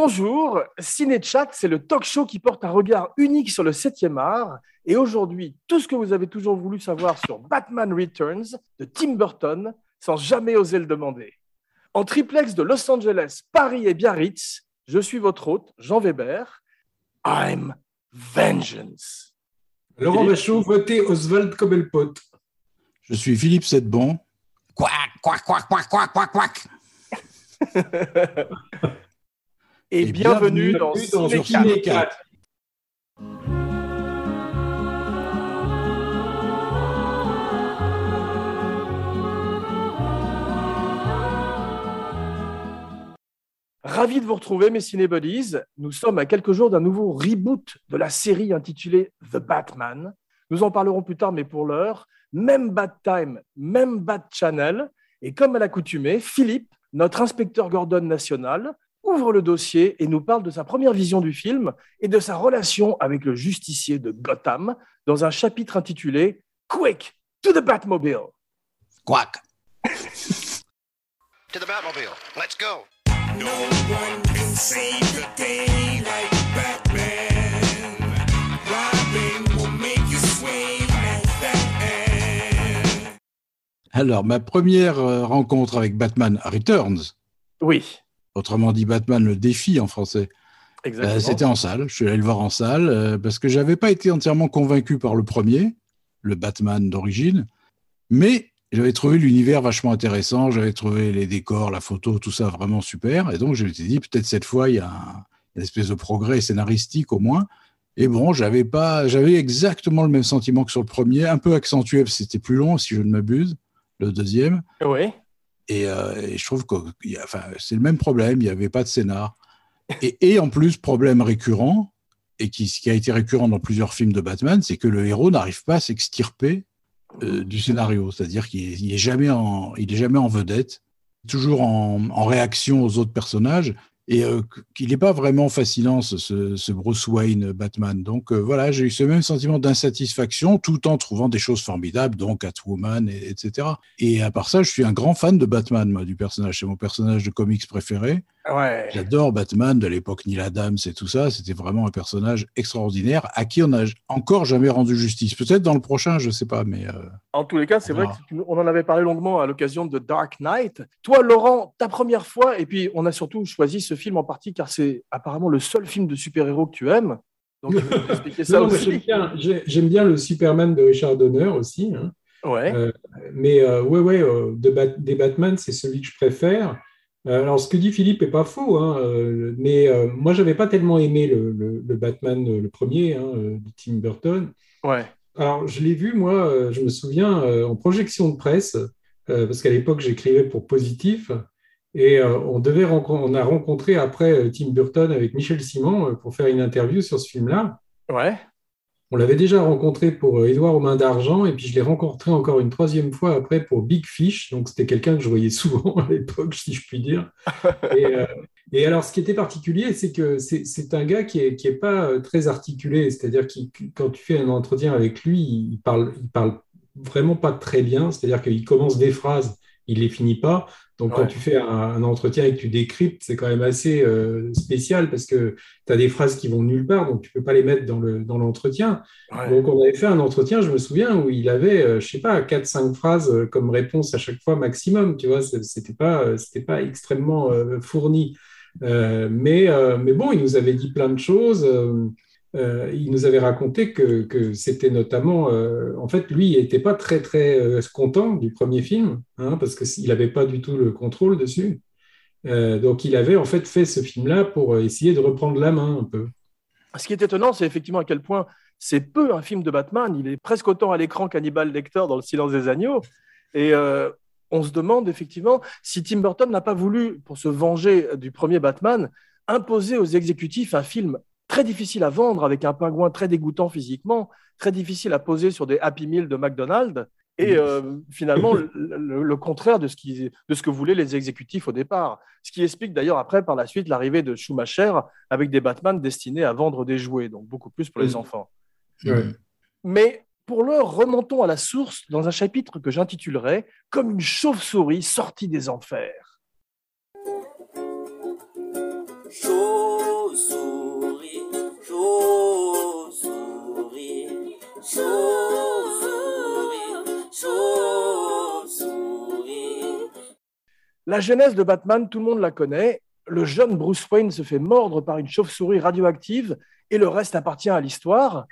Bonjour, Ciné-Chat, c'est le talk show qui porte un regard unique sur le 7e art. Et aujourd'hui, tout ce que vous avez toujours voulu savoir sur Batman Returns de Tim Burton, sans jamais oser le demander. En triplex de Los Angeles, Paris et Biarritz, je suis votre hôte, Jean Weber. I'm Vengeance. Laurent Machaut, votez Oswald Cobblepot. Je suis Philippe Sedbon. Quack, quack, quack, quack, quack, quack, quack. Et bienvenue dans Ciné-Chat. Ravi de vous retrouver, mes cinébuddies. Nous sommes à quelques jours d'un nouveau reboot de la série intitulée The Batman. Nous en parlerons plus tard, mais pour l'heure, même Bat Time, même Bat Channel. Et comme à l'accoutumée, Philippe, notre inspecteur Gordon national, ouvre le dossier et nous parle de sa première vision du film et de sa relation avec le justicier de Gotham dans un chapitre intitulé « Quick, to the Batmobile ». Quack. To the Batmobile. Let's go. No one can save the day like Batman. Robin will make you sway like Batman. Alors, ma première rencontre avec Batman Returns, Oui, autrement dit Batman le défi en français, exactement. c'était en salle. Je suis allé le voir en salle parce que je n'avais pas été entièrement convaincu par le premier, le Batman d'origine, mais j'avais trouvé l'univers vachement intéressant, j'avais trouvé les décors, la photo, tout ça vraiment super. Et donc, je m'étais dit, peut-être cette fois, il y a une espèce de progrès scénaristique au moins. Et bon, j'avais exactement le même sentiment que sur le premier, un peu accentué, parce que c'était plus long, si je ne m'abuse, le deuxième. Oui. Et je trouve que c'est le même problème, il n'y avait pas de scénar. Et en plus, problème récurrent, et qui a été récurrent dans plusieurs films de Batman, c'est que le héros n'arrive pas à s'extirper du scénario, c'est-à-dire qu'il est jamais en vedette, toujours en réaction aux autres personnages, et qu'il n'est pas vraiment fascinant ce Bruce Wayne Batman. Donc voilà, j'ai eu ce même sentiment d'insatisfaction tout en trouvant des choses formidables, donc Catwoman, etc. Et à part ça, je suis un grand fan de Batman, moi, du personnage. C'est mon personnage de comics préféré. Ouais. J'adore Batman de l'époque Neil Adams et tout ça. C'était vraiment un personnage extraordinaire à qui on n'a encore jamais rendu justice. Peut-être dans le prochain, je ne sais pas, mais... En tous les cas, c'est vrai qu'on en avait parlé longuement à l'occasion de Dark Knight. Toi, Laurent, ta première fois, et puis on a surtout choisi ce film en partie car c'est apparemment le seul film de super-héros que tu aimes. Donc, tu peux nous expliquer ça aussi. J'aime bien le Superman de Richard Donner aussi. Hein. Ouais. Des Batman, c'est celui que je préfère. Alors, ce que dit Philippe n'est pas faux, hein, mais moi, je n'avais pas tellement aimé le Batman, le premier, de Tim Burton. Ouais. Alors, je l'ai vu, moi, je me souviens, en projection de presse, parce qu'à l'époque, j'écrivais pour Positif, et on a rencontré après Tim Burton avec Michel Simon pour faire une interview sur ce film-là. Ouais. On l'avait déjà rencontré pour Édouard aux mains d'argent, et puis je l'ai rencontré encore une troisième fois après pour Big Fish. Donc, c'était quelqu'un que je voyais souvent à l'époque, si je puis dire. Et alors, ce qui était particulier, c'est que c'est un gars qui est pas très articulé. C'est-à-dire que quand tu fais un entretien avec lui, il parle vraiment pas très bien. C'est-à-dire qu'il commence des phrases, il les finit pas. Donc, quand tu fais un entretien et que tu décryptes, c'est quand même assez spécial parce que tu as des phrases qui vont nulle part, donc tu peux pas les mettre dans l'entretien. Ouais. Donc, on avait fait un entretien, je me souviens, où il avait, je sais pas, 4-5 phrases comme réponse à chaque fois maximum, tu vois, c'était pas extrêmement fourni. Mais bon, il nous avait dit plein de choses. Il nous avait raconté que c'était notamment... en fait, lui, il n'était pas très, très content du premier film, hein, parce qu'il n'avait pas du tout le contrôle dessus. Donc, il avait en fait ce film-là pour essayer de reprendre la main un peu. Ce qui est étonnant, c'est effectivement à quel point c'est peu un film de Batman. Il est presque autant à l'écran qu'Hannibal Lecter dans Le Silence des agneaux. Et on se demande effectivement si Tim Burton n'a pas voulu, pour se venger du premier Batman, imposer aux exécutifs un film très difficile à vendre, avec un pingouin très dégoûtant physiquement, très difficile à poser sur des Happy Meal de McDonald's, et finalement le contraire de ce que voulaient les exécutifs au départ. Ce qui explique d'ailleurs après, par la suite, l'arrivée de Schumacher avec des Batman destinés à vendre des jouets, donc beaucoup plus pour les enfants. Ouais. Mais pour l'heure, remontons à la source dans un chapitre que j'intitulerai « Comme une chauve-souris sortie des enfers ». La genèse de Batman, tout le monde la connaît. Le jeune Bruce Wayne se fait mordre par une chauve-souris radioactive et le reste appartient à l'histoire.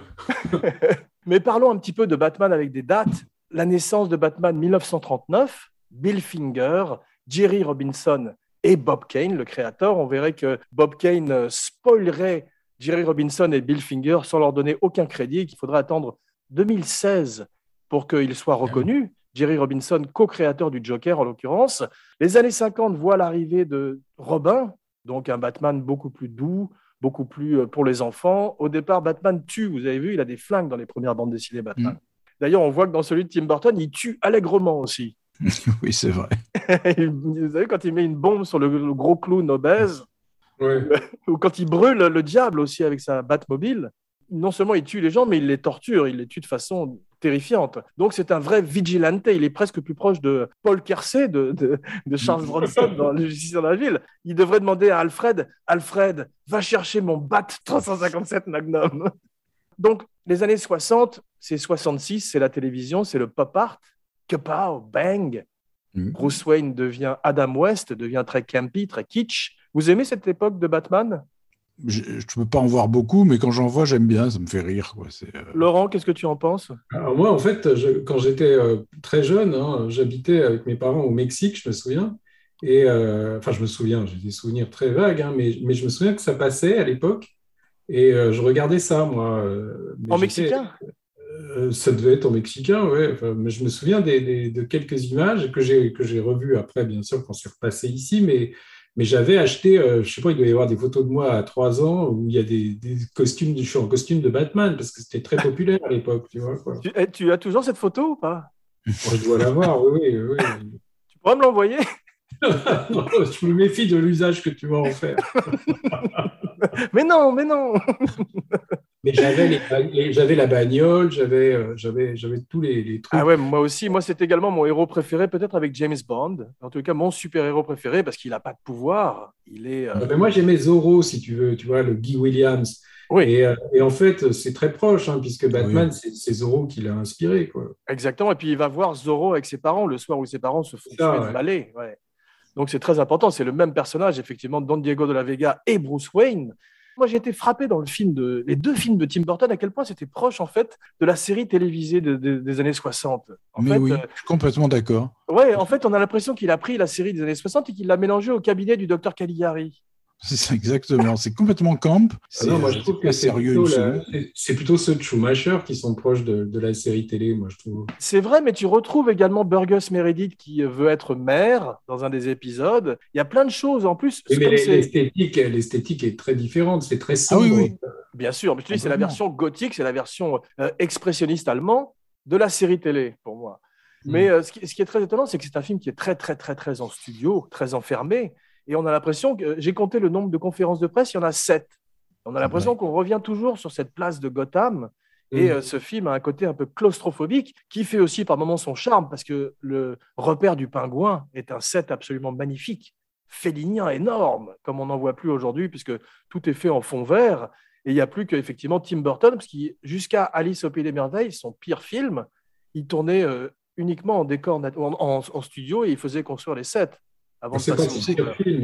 Mais parlons un petit peu de Batman avec des dates. La naissance de Batman 1939, Bill Finger, Jerry Robinson et Bob Kane, le créateur. On verrait que Bob Kane spoilerait Jerry Robinson et Bill Finger sans leur donner aucun crédit, qu'il faudrait attendre 2016 pour qu'il soit reconnu. Jerry Robinson, co-créateur du Joker en l'occurrence. Les années 50 voient l'arrivée de Robin, donc un Batman beaucoup plus doux, beaucoup plus pour les enfants. Au départ, Batman tue, vous avez vu, il a des flingues dans les premières bandes dessinées Batman. D'ailleurs, on voit que dans celui de Tim Burton, il tue allègrement aussi. Oui, c'est vrai. Vous savez, quand il met une bombe sur le gros clown obèse, Ouais. ou quand il brûle le diable aussi avec sa Batmobile, non seulement il tue les gens, mais il les torture, il les tue de façon terrifiante. Donc c'est un vrai vigilante, il est presque plus proche de Paul Kersey, de Charles Bronson dans Le Justicier dans la ville. Il devrait demander à Alfred, va chercher mon Bat 357 Magnum. Donc les années 60, c'est 66, c'est la télévision, c'est le pop art, kapow, bang. Bruce Wayne devient Adam West, devient très campy, très kitsch. Vous aimez cette époque de Batman ? Je ne peux pas en voir beaucoup, mais quand j'en vois, j'aime bien, ça me fait rire, quoi. Laurent, qu'est-ce que tu en penses ? Alors moi, en fait, quand j'étais très jeune, j'habitais avec mes parents au Mexique, je me souviens. Et enfin, je me souviens, j'ai des souvenirs très vagues, mais je me souviens que ça passait à l'époque. Et je regardais ça, moi. Mais En mexicain ? Ça devait être en mexicain, ouais. Enfin, mais je me souviens de quelques images que j'ai revues après, bien sûr, quand c'est repassé ici. Mais j'avais acheté, je ne sais pas, il doit y avoir des photos de moi à 3 ans où il y a des costumes, je suis en costume de Batman parce que c'était très populaire à l'époque, tu vois, quoi. Tu as toujours cette photo ou pas ? Moi, je dois l'avoir, oui. Tu pourras me l'envoyer ? Je me méfie de l'usage que tu vas en faire. Mais non. Mais j'avais la bagnole, j'avais tous les trucs. Ah ouais, moi aussi. Moi, c'est également mon héros préféré, peut-être avec James Bond. En tout cas, mon super-héros préféré parce qu'il n'a pas de pouvoir. Il est... Mais moi, j'aimais Zorro, si tu veux, tu vois, le Guy Williams. Oui. Et en fait, c'est très proche, puisque Batman, c'est Zorro qui l'a inspiré, quoi. Exactement. Et puis, il va voir Zorro avec ses parents le soir où ses parents se font tuer de balai. Ouais. Donc, c'est très important. C'est le même personnage, effectivement, Don Diego de la Vega et Bruce Wayne. Moi, j'ai été frappé dans les deux films de Tim Burton, à quel point c'était proche, en fait, de la série télévisée des années 60. Oui, je suis complètement d'accord. Ouais, en fait, on a l'impression qu'il a pris la série des années 60 et qu'il l'a mélangée au cabinet du docteur Caligari. C'est ça, exactement. C'est complètement camp. Moi, je trouve que c'est plutôt ceux de Schumacher qui sont proches de la série télé, moi, je trouve. C'est vrai, mais tu retrouves également Burgess Meredith qui veut être maire dans un des épisodes. Il y a plein de choses en plus. Oui, mais l'esthétique est très différente, c'est très sombre. Ah oui. Bien sûr, mais je te dis, c'est la version gothique, c'est la version expressionniste allemand de la série télé, pour moi. Mais ce qui est très étonnant, c'est que c'est un film qui est très, très, très, très en studio, très enfermé. Et on a l'impression que, j'ai compté le nombre de conférences de presse, il y en a 7. On a l'impression qu'on revient toujours sur cette place de Gotham. Et ce film a un côté un peu claustrophobique qui fait aussi par moments son charme parce que le repère du pingouin est un set absolument magnifique, félinien énorme, comme on n'en voit plus aujourd'hui puisque tout est fait en fond vert. Et il n'y a plus qu'effectivement Tim Burton, parce que jusqu'à Alice au Pays des Merveilles, son pire film, il tournait uniquement en décor, en studio et il faisait construire les sets. Avant c'est pas son pire film,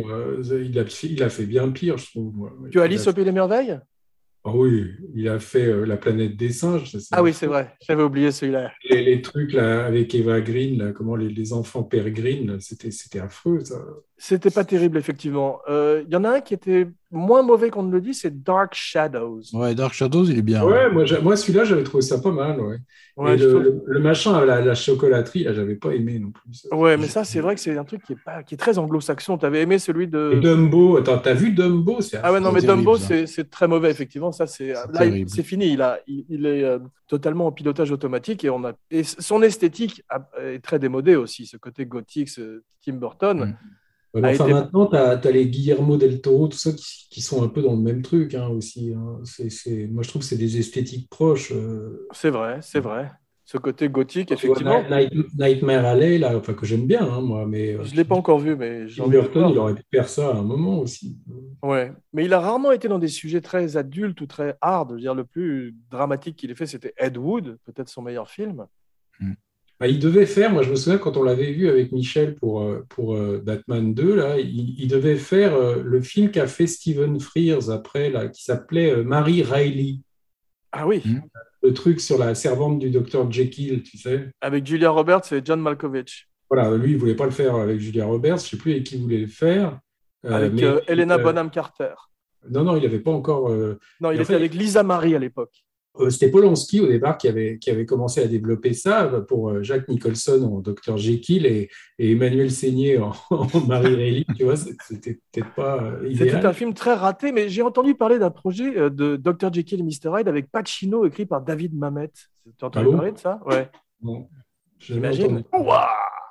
il a fait bien pire, je trouve. Moi. Que Alice au Pays des Merveilles ? Ah oui, il a fait La planète des singes. Ah oui, c'est vrai, j'avais oublié celui-là. Les trucs là, avec Eva Green, là, comment les enfants pérégrines, c'était affreux, ça. C'était pas terrible, effectivement. Il y en a un qui était moins mauvais qu'on ne le dit, c'est Dark Shadows. Ouais, Dark Shadows, il est bien. Ouais, moi celui-là, j'avais trouvé ça pas mal, ouais. Ouais, et le machin à la chocolaterie, là, j'avais pas aimé non plus. Ouais, mais ça, c'est vrai que c'est un truc qui est très anglo-saxon. Tu avais aimé celui de... Et Dumbo, attends, t'as vu Dumbo? Ah ouais, non, mais terrible, Dumbo, ça. c'est très mauvais, effectivement. Ça, là, c'est fini. Il est totalement en pilotage automatique et son esthétique est très démodée aussi, ce côté gothique, ce Tim Burton. Maintenant, tu as les Guillermo del Toro, tout ça, qui sont un peu dans le même truc aussi. Moi, je trouve que c'est des esthétiques proches. C'est vrai. Ce côté gothique, effectivement. Nightmare Alley, là, que j'aime bien, moi. Mais, je ne l'ai pas encore vu, mais Tim Burton, il aurait pu faire ça à un moment aussi. Ouais, mais il a rarement été dans des sujets très adultes ou très hard. Je veux dire, le plus dramatique qu'il ait fait, c'était Ed Wood, peut-être son meilleur film. Il devait faire, moi je me souviens quand on l'avait vu avec Michel pour Batman 2, là, il devait faire le film qu'a fait Stephen Frears après, là, qui s'appelait Mary Reilly. Ah oui, Hmm. Le truc sur la servante du docteur Jekyll, tu sais. avec Julia Roberts et John Malkovich. Voilà, lui, il voulait pas le faire avec Julia Roberts, je sais plus avec qui il voulait le faire. Avec Mais Helena Bonham Carter. non, il n'avait pas encore. Non, il Et en était fait, avec Lisa Marie à l'époque. C'était Polanski au départ qui avait commencé à développer ça pour Jack Nicholson en Dr Jekyll et Emmanuel Seigné en Marie Reilly. Tu vois, c'était peut-être pas C'était un idéal. film très raté, mais j'ai entendu parler d'un projet de Dr. Jekyll et Mr. Hyde avec Pacino, écrit par David Mamet. Tu as Ah entendu bon? parler de ça? Ouais, Non, j'ai jamais j'imagine. entendu. Ouah.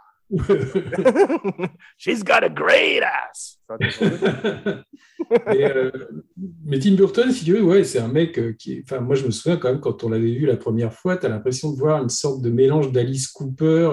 She's got a great ass. Ça, t'as entendu? Mais, mais Tim Burton, si tu veux, ouais, c'est un mec Enfin, moi, je me souviens quand même, quand on l'avait vu la première fois, tu as l'impression de voir une sorte de mélange d'Alice Cooper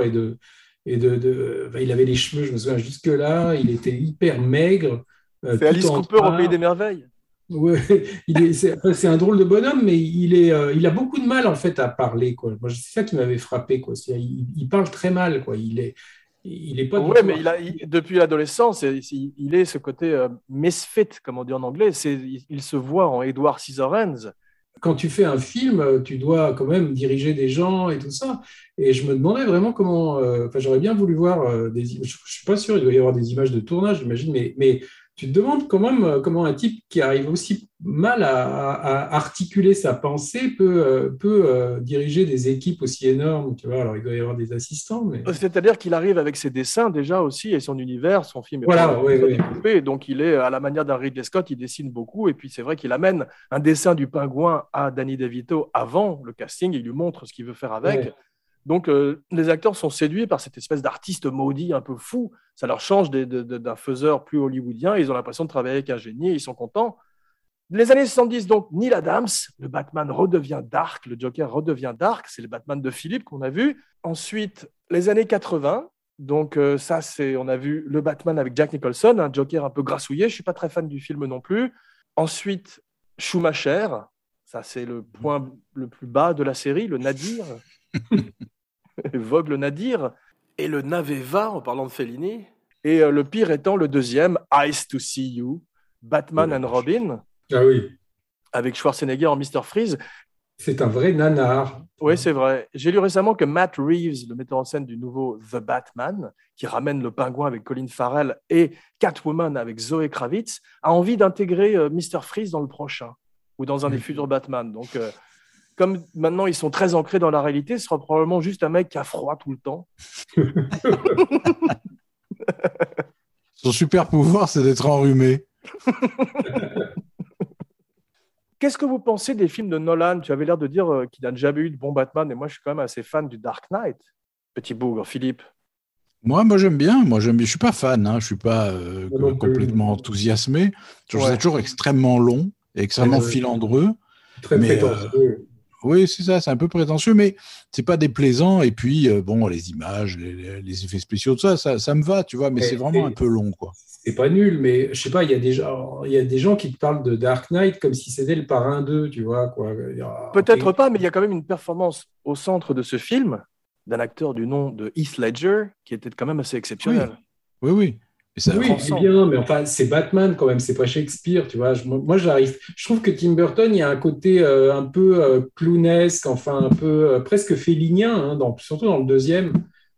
enfin, il avait les cheveux, je me souviens, jusque-là, il était hyper maigre. C'est tout Alice en Cooper au noir. Pays des Merveilles. Ouais, c'est un drôle de bonhomme, mais il a beaucoup de mal en fait à parler, quoi. Moi, c'est ça qui m'avait frappé, quoi. Il parle très mal, quoi. Il est pas du Oui, tout. mais depuis l'adolescence, il est ce côté misfit, comme on dit en anglais. Il se voit en Edward Scissorhands. Quand tu fais un film, tu dois quand même diriger des gens et tout ça. Et je me demandais vraiment comment. Enfin, j'aurais bien voulu voir Je suis pas sûr, il doit y avoir des images de tournage, j'imagine, mais tu te demandes quand même comment un type qui arrive aussi mal à articuler sa pensée peut diriger des équipes aussi énormes. Tu vois, alors il doit y avoir des assistants, mais. C'est-à-dire qu'il arrive avec ses dessins déjà aussi et son univers, son film est Voilà, pas oui, très oui. découpé, donc il est à la manière d'un Ridley Scott, il dessine beaucoup et puis c'est vrai qu'il amène un dessin du pingouin à Danny DeVito avant le casting, il lui montre ce qu'il veut faire avec. Ouais. Donc les acteurs sont séduits par cette espèce d'artiste maudit un peu fou, ça leur change d'un faiseur plus hollywoodien, ils ont l'impression de travailler avec un génie, ils sont contents. Les années 70, donc, Neil Adams, le Batman redevient dark, le Joker redevient dark, c'est le Batman de Philippe qu'on a vu. Ensuite, les années 80, donc on a vu le Batman avec Jack Nicholson, un Joker un peu grassouillé, je ne suis pas très fan du film non plus. Ensuite, Schumacher, ça c'est le point le plus bas de la série, le nadir, Vogue le nadir, et le Naveva en parlant de Fellini. Et le pire étant le deuxième, Eyes to See You, Batman and Robin, Ah oui, avec Schwarzenegger en Mr. Freeze. c'est un vrai nanar. Oui, c'est vrai. J'ai lu récemment que Matt Reeves, le metteur en scène du nouveau The Batman, qui ramène le pingouin avec Colin Farrell et Catwoman avec Zoe Kravitz, a envie d'intégrer Mr. Freeze dans le prochain ou dans un des futurs Batman. Donc, comme maintenant ils sont très ancrés dans la réalité, ce sera probablement juste un mec qui a froid tout le temps. Son super pouvoir, c'est d'être enrhumé. Qu'est-ce que vous pensez des films de Nolan? Tu avais l'air de dire qu'il n'a jamais eu de bon Batman, et moi je suis quand même assez fan du Dark Knight. Petit bougre, Philippe. Moi, j'aime bien. Je suis pas fan. Hein. Je suis pas Moi non plus. complètement enthousiasmé. Je trouve Ouais. ça toujours extrêmement long et extrêmement Ouais. filandreux. Très Mais, prétentieux. Oui, c'est ça. C'est un peu prétentieux, mais c'est pas déplaisant. Et puis, bon, les images, les effets spéciaux, tout ça, ça me va, tu vois. Mais c'est vraiment un peu long, quoi. C'est pas nul, mais je sais pas, il y a des gens qui te parlent de Dark Knight comme si c'était le parrain 2, tu vois, quoi. Peut-être pas, mais il y a quand même une performance au centre de ce film d'un acteur du nom de Heath Ledger qui était quand même assez exceptionnel. Oui. Et ça, Oui, c'est bien, mais enfin, c'est Batman quand même, c'est pas Shakespeare, tu vois. Moi, je trouve que Tim Burton, il y a un côté un peu clownesque, enfin, un peu presque félinien, hein, surtout dans le deuxième,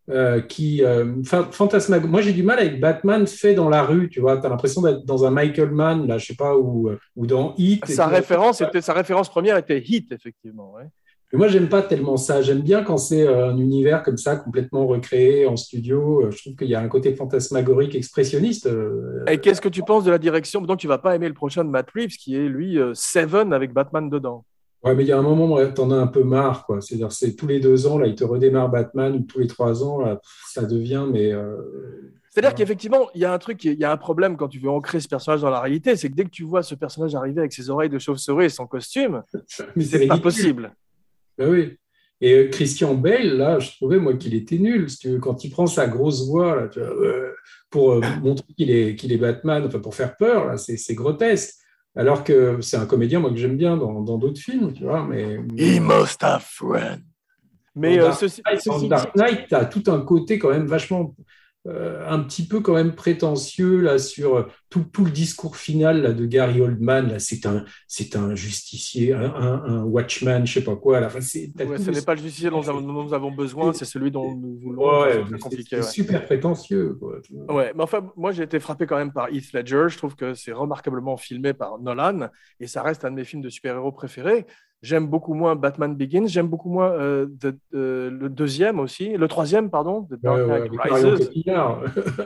Moi, j'ai du mal avec Batman fait dans la rue, tu vois. Tu as l'impression d'être dans un Michael Mann, là, je sais pas, ou dans Heat. Sa référence première était Heat, effectivement. Ouais. Mais moi, j'aime pas tellement ça. J'aime bien quand c'est un univers comme ça, complètement recréé en studio. Je trouve qu'il y a un côté fantasmagorique, expressionniste. Et qu'est-ce que tu penses de la direction? Donc, tu vas pas aimer le prochain de Matt Reeves, qui est, lui, Seven avec Batman dedans. Ouais, mais il y a un moment où t'en as un peu marre, quoi. C'est-à-dire, c'est tous les 2 ans, là, il te redémarre Batman, ou tous les 3 ans, là, ça devient, mais. C'est-à-dire voilà. qu'effectivement, il y a un problème quand tu veux ancrer ce personnage dans la réalité, c'est que dès que tu vois ce personnage arriver avec ses oreilles de chauve-souris et son costume, Mais c'est pas ridicule. possible. Ben oui. Et Christian Bale, là, je trouvais, moi, qu'il était nul. Si tu veux, quand il prend sa grosse voix, là, tu vois, pour montrer qu'il est Batman, enfin, pour faire peur, là, c'est grotesque. Alors que c'est un comédien, moi, que j'aime bien dans d'autres films, tu vois. Mais... He must have friends. Mais Dans Dark ceci Knight, dans dit, Dark Knight, tu as tout un côté quand même vachement, un petit peu quand même prétentieux là, sur tout le discours final là, de Gary Oldman. Là, c'est un justicier, un watchman, je sais pas quoi. Là. Enfin, t'as ouais, tout ce n'est pas le justicier dont nous avons besoin, c'est celui dont nous voulons. Enfin, ouais, c'est très compliqué. c'est Ouais. super prétentieux. Quoi. Ouais, mais enfin, moi j'ai été frappé quand même par Heath Ledger. Je trouve que c'est remarquablement filmé par Nolan et ça reste un de mes films de super-héros préférés. J'aime beaucoup moins Batman Begins, j'aime beaucoup moins le deuxième aussi, le troisième, pardon, The Dark Ouais, Knight avec Marion Rises, Cotillard.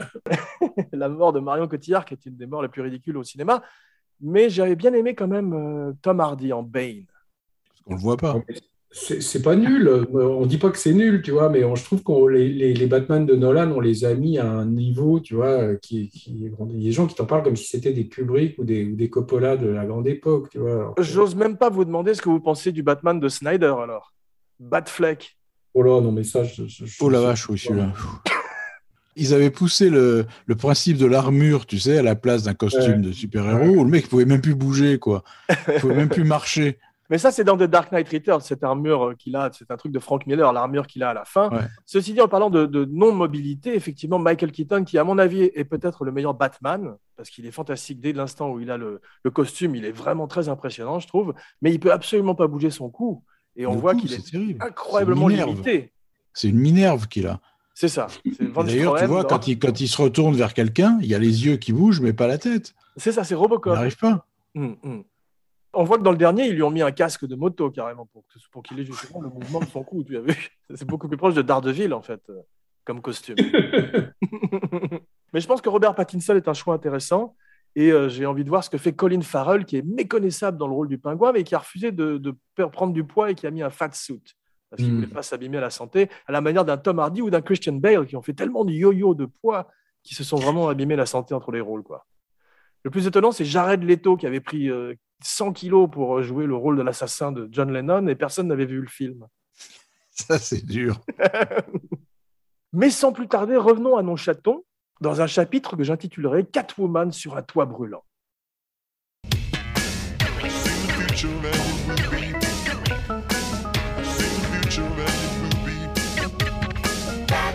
la mort de Marion Cotillard, qui est une des morts les plus ridicules au cinéma. Mais j'avais bien aimé quand même Tom Hardy en Bane. Parce qu'on le voit pas. C'est pas nul. On dit pas que c'est nul, tu vois, mais je trouve que les Batman de Nolan, on les a mis à un niveau, tu vois, il y a des gens qui t'en parlent comme si c'était des Kubrick ou des Coppola de la grande époque, tu vois. Alors que- J'ose même pas vous demander ce que vous pensez du Batman de Snyder alors. Batfleck. oh là, non, mais ça, Oh la vache, oui, celui-là. Ils avaient poussé le principe de l'armure, tu sais, à la place d'un costume de super-héros, où le mec pouvait même plus bouger, quoi. Il pouvait même plus marcher. Mais ça, c'est dans The Dark Knight Returns, cette armure qu'il a, c'est un truc de Frank Miller, l'armure qu'il a à la fin. Ouais. Ceci dit, en parlant de non-mobilité, effectivement, Michael Keaton, qui à mon avis est peut-être le meilleur Batman, parce qu'il est fantastique dès l'instant où il a le costume, il est vraiment très impressionnant, je trouve, mais il peut absolument pas bouger son cou. Et on Le voit coup, qu'il c'est est terrible. incroyablement C'est une Minerve. limité. C'est une Minerve qu'il a. C'est ça. C'est Et Von d'ailleurs, tu Stroheim vois, dans- quand il se retourne vers quelqu'un, il y a les yeux qui bougent, mais pas la tête. C'est ça, c'est Il Robocop. n'arrive pas. On voit que dans le dernier, ils lui ont mis un casque de moto carrément pour qu'il ait justement le mouvement de son cou. Tu as vu? C'est beaucoup plus proche de Daredevil en fait, comme costume. Mais je pense que Robert Pattinson est un choix intéressant et j'ai envie de voir ce que fait Colin Farrell, qui est méconnaissable dans le rôle du pingouin, mais qui a refusé de prendre du poids et qui a mis un fat suit parce qu'il ne voulait pas s'abîmer à la santé, à la manière d'un Tom Hardy ou d'un Christian Bale qui ont fait tellement de yo-yo de poids qui se sont vraiment abîmés la santé entre les rôles, quoi. Le plus étonnant, c'est Jared Leto qui avait pris 100 kilos pour jouer le rôle de l'assassin de John Lennon et personne n'avait vu le film. Ça, c'est dur. Mais sans plus tarder, revenons à nos chatons dans un chapitre que j'intitulerai Catwoman sur un toit brûlant. Future and it will be. Future and it will be.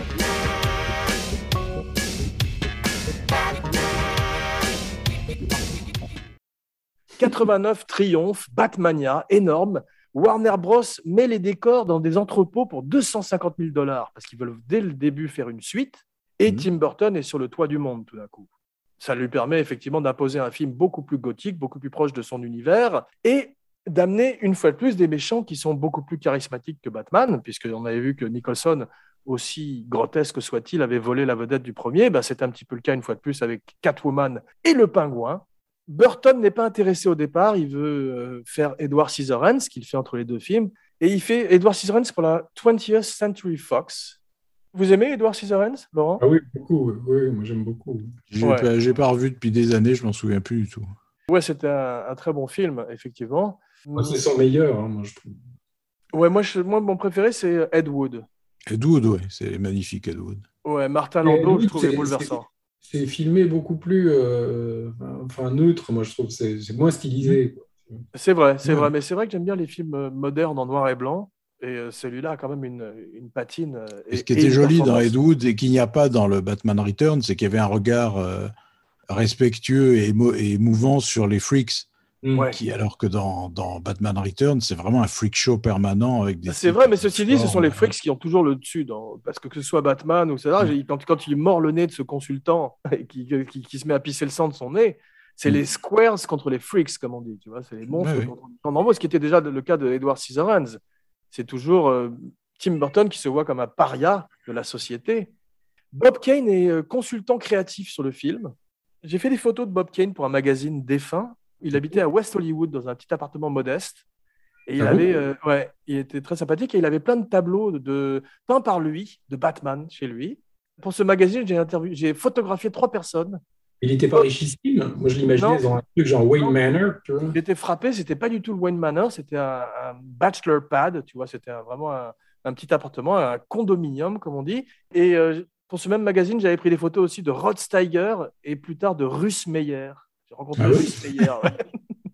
89 triomphe, Batmania, énorme. Warner Bros. Met les décors dans des entrepôts pour 250 000 $ parce qu'ils veulent dès le début faire une suite. Et Tim Burton est sur le toit du monde tout d'un coup. Ça lui permet effectivement d'imposer un film beaucoup plus gothique, beaucoup plus proche de son univers et d'amener une fois de plus des méchants qui sont beaucoup plus charismatiques que Batman, puisqu'on avait vu que Nicholson, aussi grotesque soit-il, avait volé la vedette du premier. C'est un petit peu le cas une fois de plus avec Catwoman et le Pingouin. Burton n'est pas intéressé au départ, il veut faire Edward Scissorhands, qu'il fait entre les deux films, et il fait Edward Scissorhands pour la 20th Century Fox. Vous aimez Edward Scissorhands, Laurent? Ah oui, beaucoup. Oui, moi j'aime beaucoup. J'ai pas revu depuis des années, je m'en souviens plus du tout. Ouais, c'était un très bon film, effectivement. Moi, c'est son meilleur, hein, moi je trouve. Ouais, moi, mon préféré, c'est Ed Wood. Ed Wood, ouais, c'est magnifique, Ed Wood. Ouais, Martin Landau, je trouve, est c'est- bouleversant. C'est filmé beaucoup plus neutre, moi je trouve. C'est moins stylisé. Quoi. C'est vrai, mais c'est vrai que j'aime bien les films modernes en noir et blanc, et celui-là a quand même une patine. Et ce qui était une joli dans performance. Ed Wood et qu'il n'y a pas dans le Batman Returns, c'est qu'il y avait un regard respectueux et émouvant sur les freaks. Ouais. Alors que dans Batman Returns, c'est vraiment un freak show permanent avec des. C'est vrai, mais ceci dit, ce sont les freaks qui ont toujours le dessus, parce que ce soit Batman ou ça, quand il mord le nez de ce consultant et qui se met à pisser le sang de son nez, c'est les squares contre les freaks, comme on dit, tu vois, c'est les monstres contre les gens normaux, ce qui était déjà le cas de Edward Scissorhands. C'est toujours Tim Burton qui se voit comme un paria de la société. Bob Kane est consultant créatif sur le film. J'ai fait des photos de Bob Kane pour un magazine défunt. Il habitait à West Hollywood dans un petit appartement modeste. Et il était très sympathique et il avait plein de tableaux peints par lui, de Batman chez lui. Pour ce magazine, j'ai photographié 3 personnes. Il n'était pas richissime. Moi, je l'imaginais dans un truc genre Wayne Manor. Tu vois. Il était frappé, c'était pas du tout le Wayne Manor, c'était un bachelor pad, tu vois, c'était vraiment un petit appartement, un condominium, comme on dit. Et pour ce même magazine, j'avais pris des photos aussi de Rod Steiger et plus tard de Russ Meyer. J'ai rencontré Russ Meyer.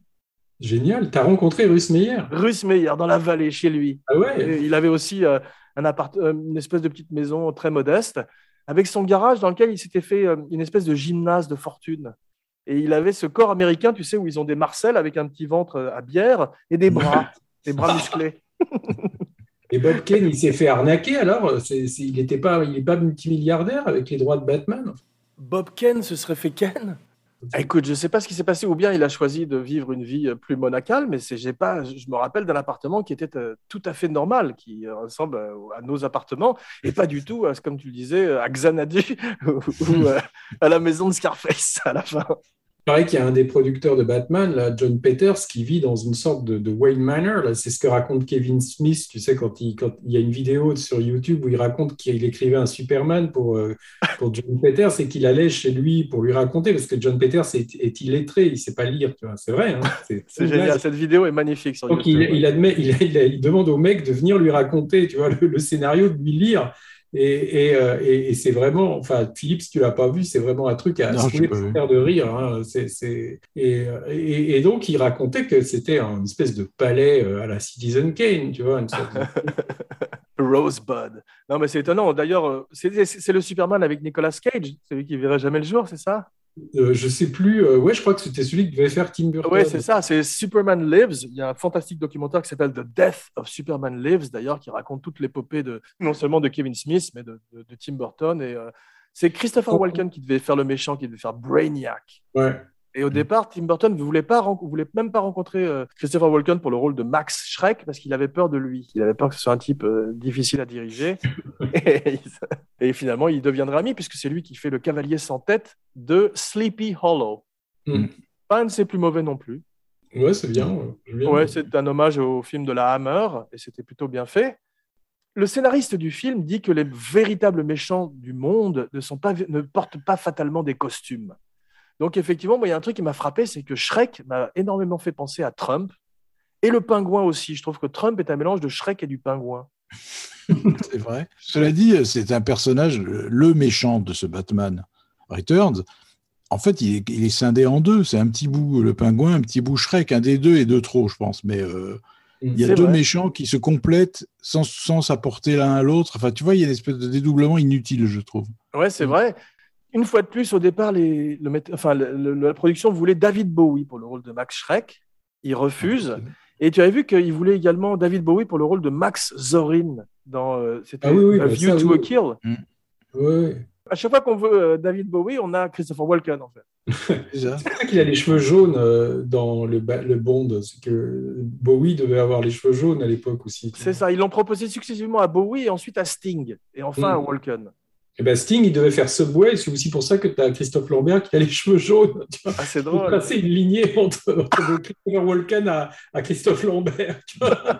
Génial, tu as rencontré Russ Meyer? Russ Meyer, dans la vallée, chez lui. Ah ouais. Et il avait aussi une espèce de petite maison très modeste, avec son garage dans lequel il s'était fait une espèce de gymnase de fortune. Et il avait ce corps américain, tu sais, où ils ont des marcelles avec un petit ventre à bière et des bras musclés. Et Bob Kane, il s'est fait arnaquer alors il n'est pas multimilliardaire avec les droits de Batman. Bob Kane se serait fait Ken? Écoute, je ne sais pas ce qui s'est passé, ou bien il a choisi de vivre une vie plus monacale, mais je me rappelle d'un appartement qui était tout à fait normal, qui ressemble à nos appartements, et pas du tout, comme tu le disais, à Xanadu ou à la maison de Scarface à la fin. Il paraît qu'il y a un des producteurs de Batman, là, John Peters, qui vit dans une sorte de Wayne Manor. Là, c'est ce que raconte Kevin Smith, tu sais, quand il y a une vidéo sur YouTube où il raconte qu'il écrivait un Superman pour John Peters et qu'il allait chez lui pour lui raconter, parce que John Peters est illettré, il ne sait pas lire, tu vois. C'est vrai. Hein, c'est génial, cette vidéo est magnifique sur Donc YouTube. il demande au mec de venir lui raconter, tu vois, le scénario, de lui lire. Et c'est vraiment, enfin, Philippe, si tu l'as pas vu, c'est vraiment un truc à se faire de rire. Hein. Et donc, il racontait que c'était une espèce de palais à la Citizen Kane, tu vois, une sorte de... Rosebud. Non, mais c'est étonnant. D'ailleurs, c'est le Superman avec Nicolas Cage, celui qui verrait jamais le jour, c'est ça? Je sais plus. Ouais, je crois que c'était celui que devait faire Tim Burton. Oui, c'est ça. C'est Superman Lives. Il y a un fantastique documentaire qui s'appelle The Death of Superman Lives, d'ailleurs, qui raconte toute l'épopée non seulement de Kevin Smith, mais de Tim Burton. Et c'est Christopher Walken qui devait faire le méchant, qui devait faire Brainiac. Ouais. Et au départ, Tim Burton ne voulait même pas rencontrer Christopher Walken pour le rôle de Max Schreck parce qu'il avait peur de lui. Il avait peur que ce soit un type difficile à diriger. Et finalement, il deviendra ami puisque c'est lui qui fait le cavalier sans tête de Sleepy Hollow. Pas un de ses plus mauvais non plus. Ouais, c'est bien. Ouais, c'est un hommage au film de la Hammer et c'était plutôt bien fait. Le scénariste du film dit que les véritables méchants du monde ne portent pas fatalement des costumes. Donc, effectivement, moi, il y a un truc qui m'a frappé, c'est que Shrek m'a énormément fait penser à Trump et le pingouin aussi. Je trouve que Trump est un mélange de Shrek et du pingouin. C'est vrai. Cela dit, c'est un personnage, le méchant de ce Batman Returns. En fait, il est scindé en deux. C'est un petit bout le pingouin, un petit bout Shrek. Un des deux est de trop, je pense. Mais il y a deux méchants qui se complètent sans s'apporter l'un à l'autre. Enfin, tu vois, il y a une espèce de dédoublement inutile, je trouve. Ouais, c'est vrai. Une fois de plus, au départ, la production voulait David Bowie pour le rôle de Max Schreck. Il refuse. Et tu avais vu qu'il voulait également David Bowie pour le rôle de Max Zorin dans A View to a Kill. Oui. À chaque fois qu'on veut David Bowie, on a Christopher Walken, en fait. C'est pour ça qu'il a les cheveux jaunes dans le Bond. C'est que Bowie devait avoir les cheveux jaunes à l'époque aussi. C'est ça. Ils l'ont proposé successivement à Bowie et ensuite à Sting. Et enfin à Walken. Et ben Sting, il devait faire Subway, c'est aussi pour ça que tu as Christophe Lambert qui a les cheveux jaunes. Tu vois. Ah, c'est drôle. Passer une lignée entre Christopher Walken à Christophe Lambert. Tu vois.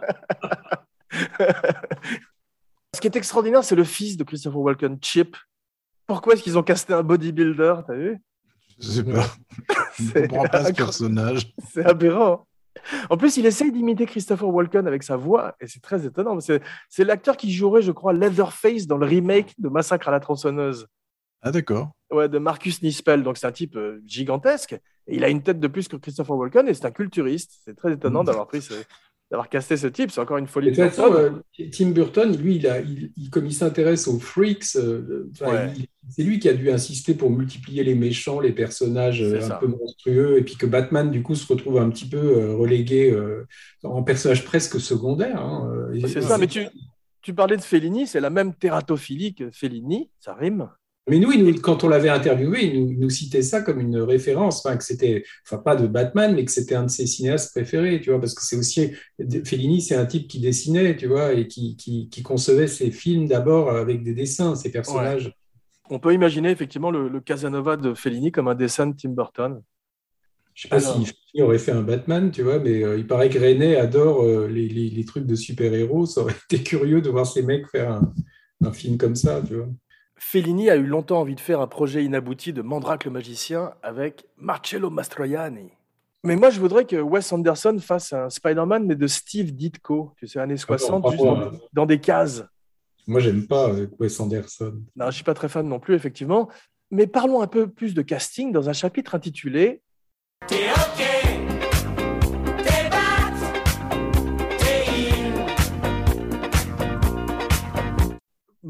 Ce qui est extraordinaire, c'est le fils de Christopher Walken, Chip. Pourquoi est-ce qu'ils ont casté un bodybuilder, t'as vu? Je sais pas. Je ne comprends pas ce personnage. C'est aberrant. En plus, il essaye d'imiter Christopher Walken avec sa voix, et c'est très étonnant. C'est l'acteur qui jouerait, je crois, Leatherface dans le remake de Massacre à la tronçonneuse. Ah, d'accord. Ouais, de Marcus Nispel. Donc, c'est un type gigantesque, et il a une tête de plus que Christopher Walken, et c'est un culturiste. C'est très étonnant d'avoir casté ce type. C'est encore une folie. De toute façon, Tim Burton, lui, comme il s'intéresse aux freaks, c'est lui qui a dû insister pour multiplier les méchants, les personnages peu monstrueux, et puis que Batman, du coup, se retrouve un petit peu relégué en personnage presque secondaire. Hein. C'est ça, mais tu parlais de Fellini, c'est la même tératophilie que Fellini, ça rime. Mais nous, quand on l'avait interviewé, il nous citait ça comme une référence, que c'était, pas de Batman, mais que c'était un de ses cinéastes préférés, tu vois, parce que c'est aussi, Fellini, c'est un type qui dessinait, tu vois, et qui concevait ses films d'abord avec des dessins, ses personnages. Ouais. On peut imaginer effectivement le Casanova de Fellini comme un dessin de Tim Burton. Je sais pas si Fellini aurait fait un Batman, tu vois, mais il paraît que René adore les trucs de super-héros. Ça aurait été curieux de voir ces mecs faire un film comme ça, tu vois. Fellini a eu longtemps envie de faire un projet inabouti de Mandrake le magicien avec Marcello Mastroianni. Mais moi, je voudrais que Wes Anderson fasse un Spider-Man, mais de Steve Ditko, tu sais, années 60, juste dans des cases. Moi, j'aime pas Wes Anderson. Non, je suis pas très fan non plus, effectivement. Mais parlons un peu plus de casting dans un chapitre intitulé « T'es OK, t'es bat, t'es il ».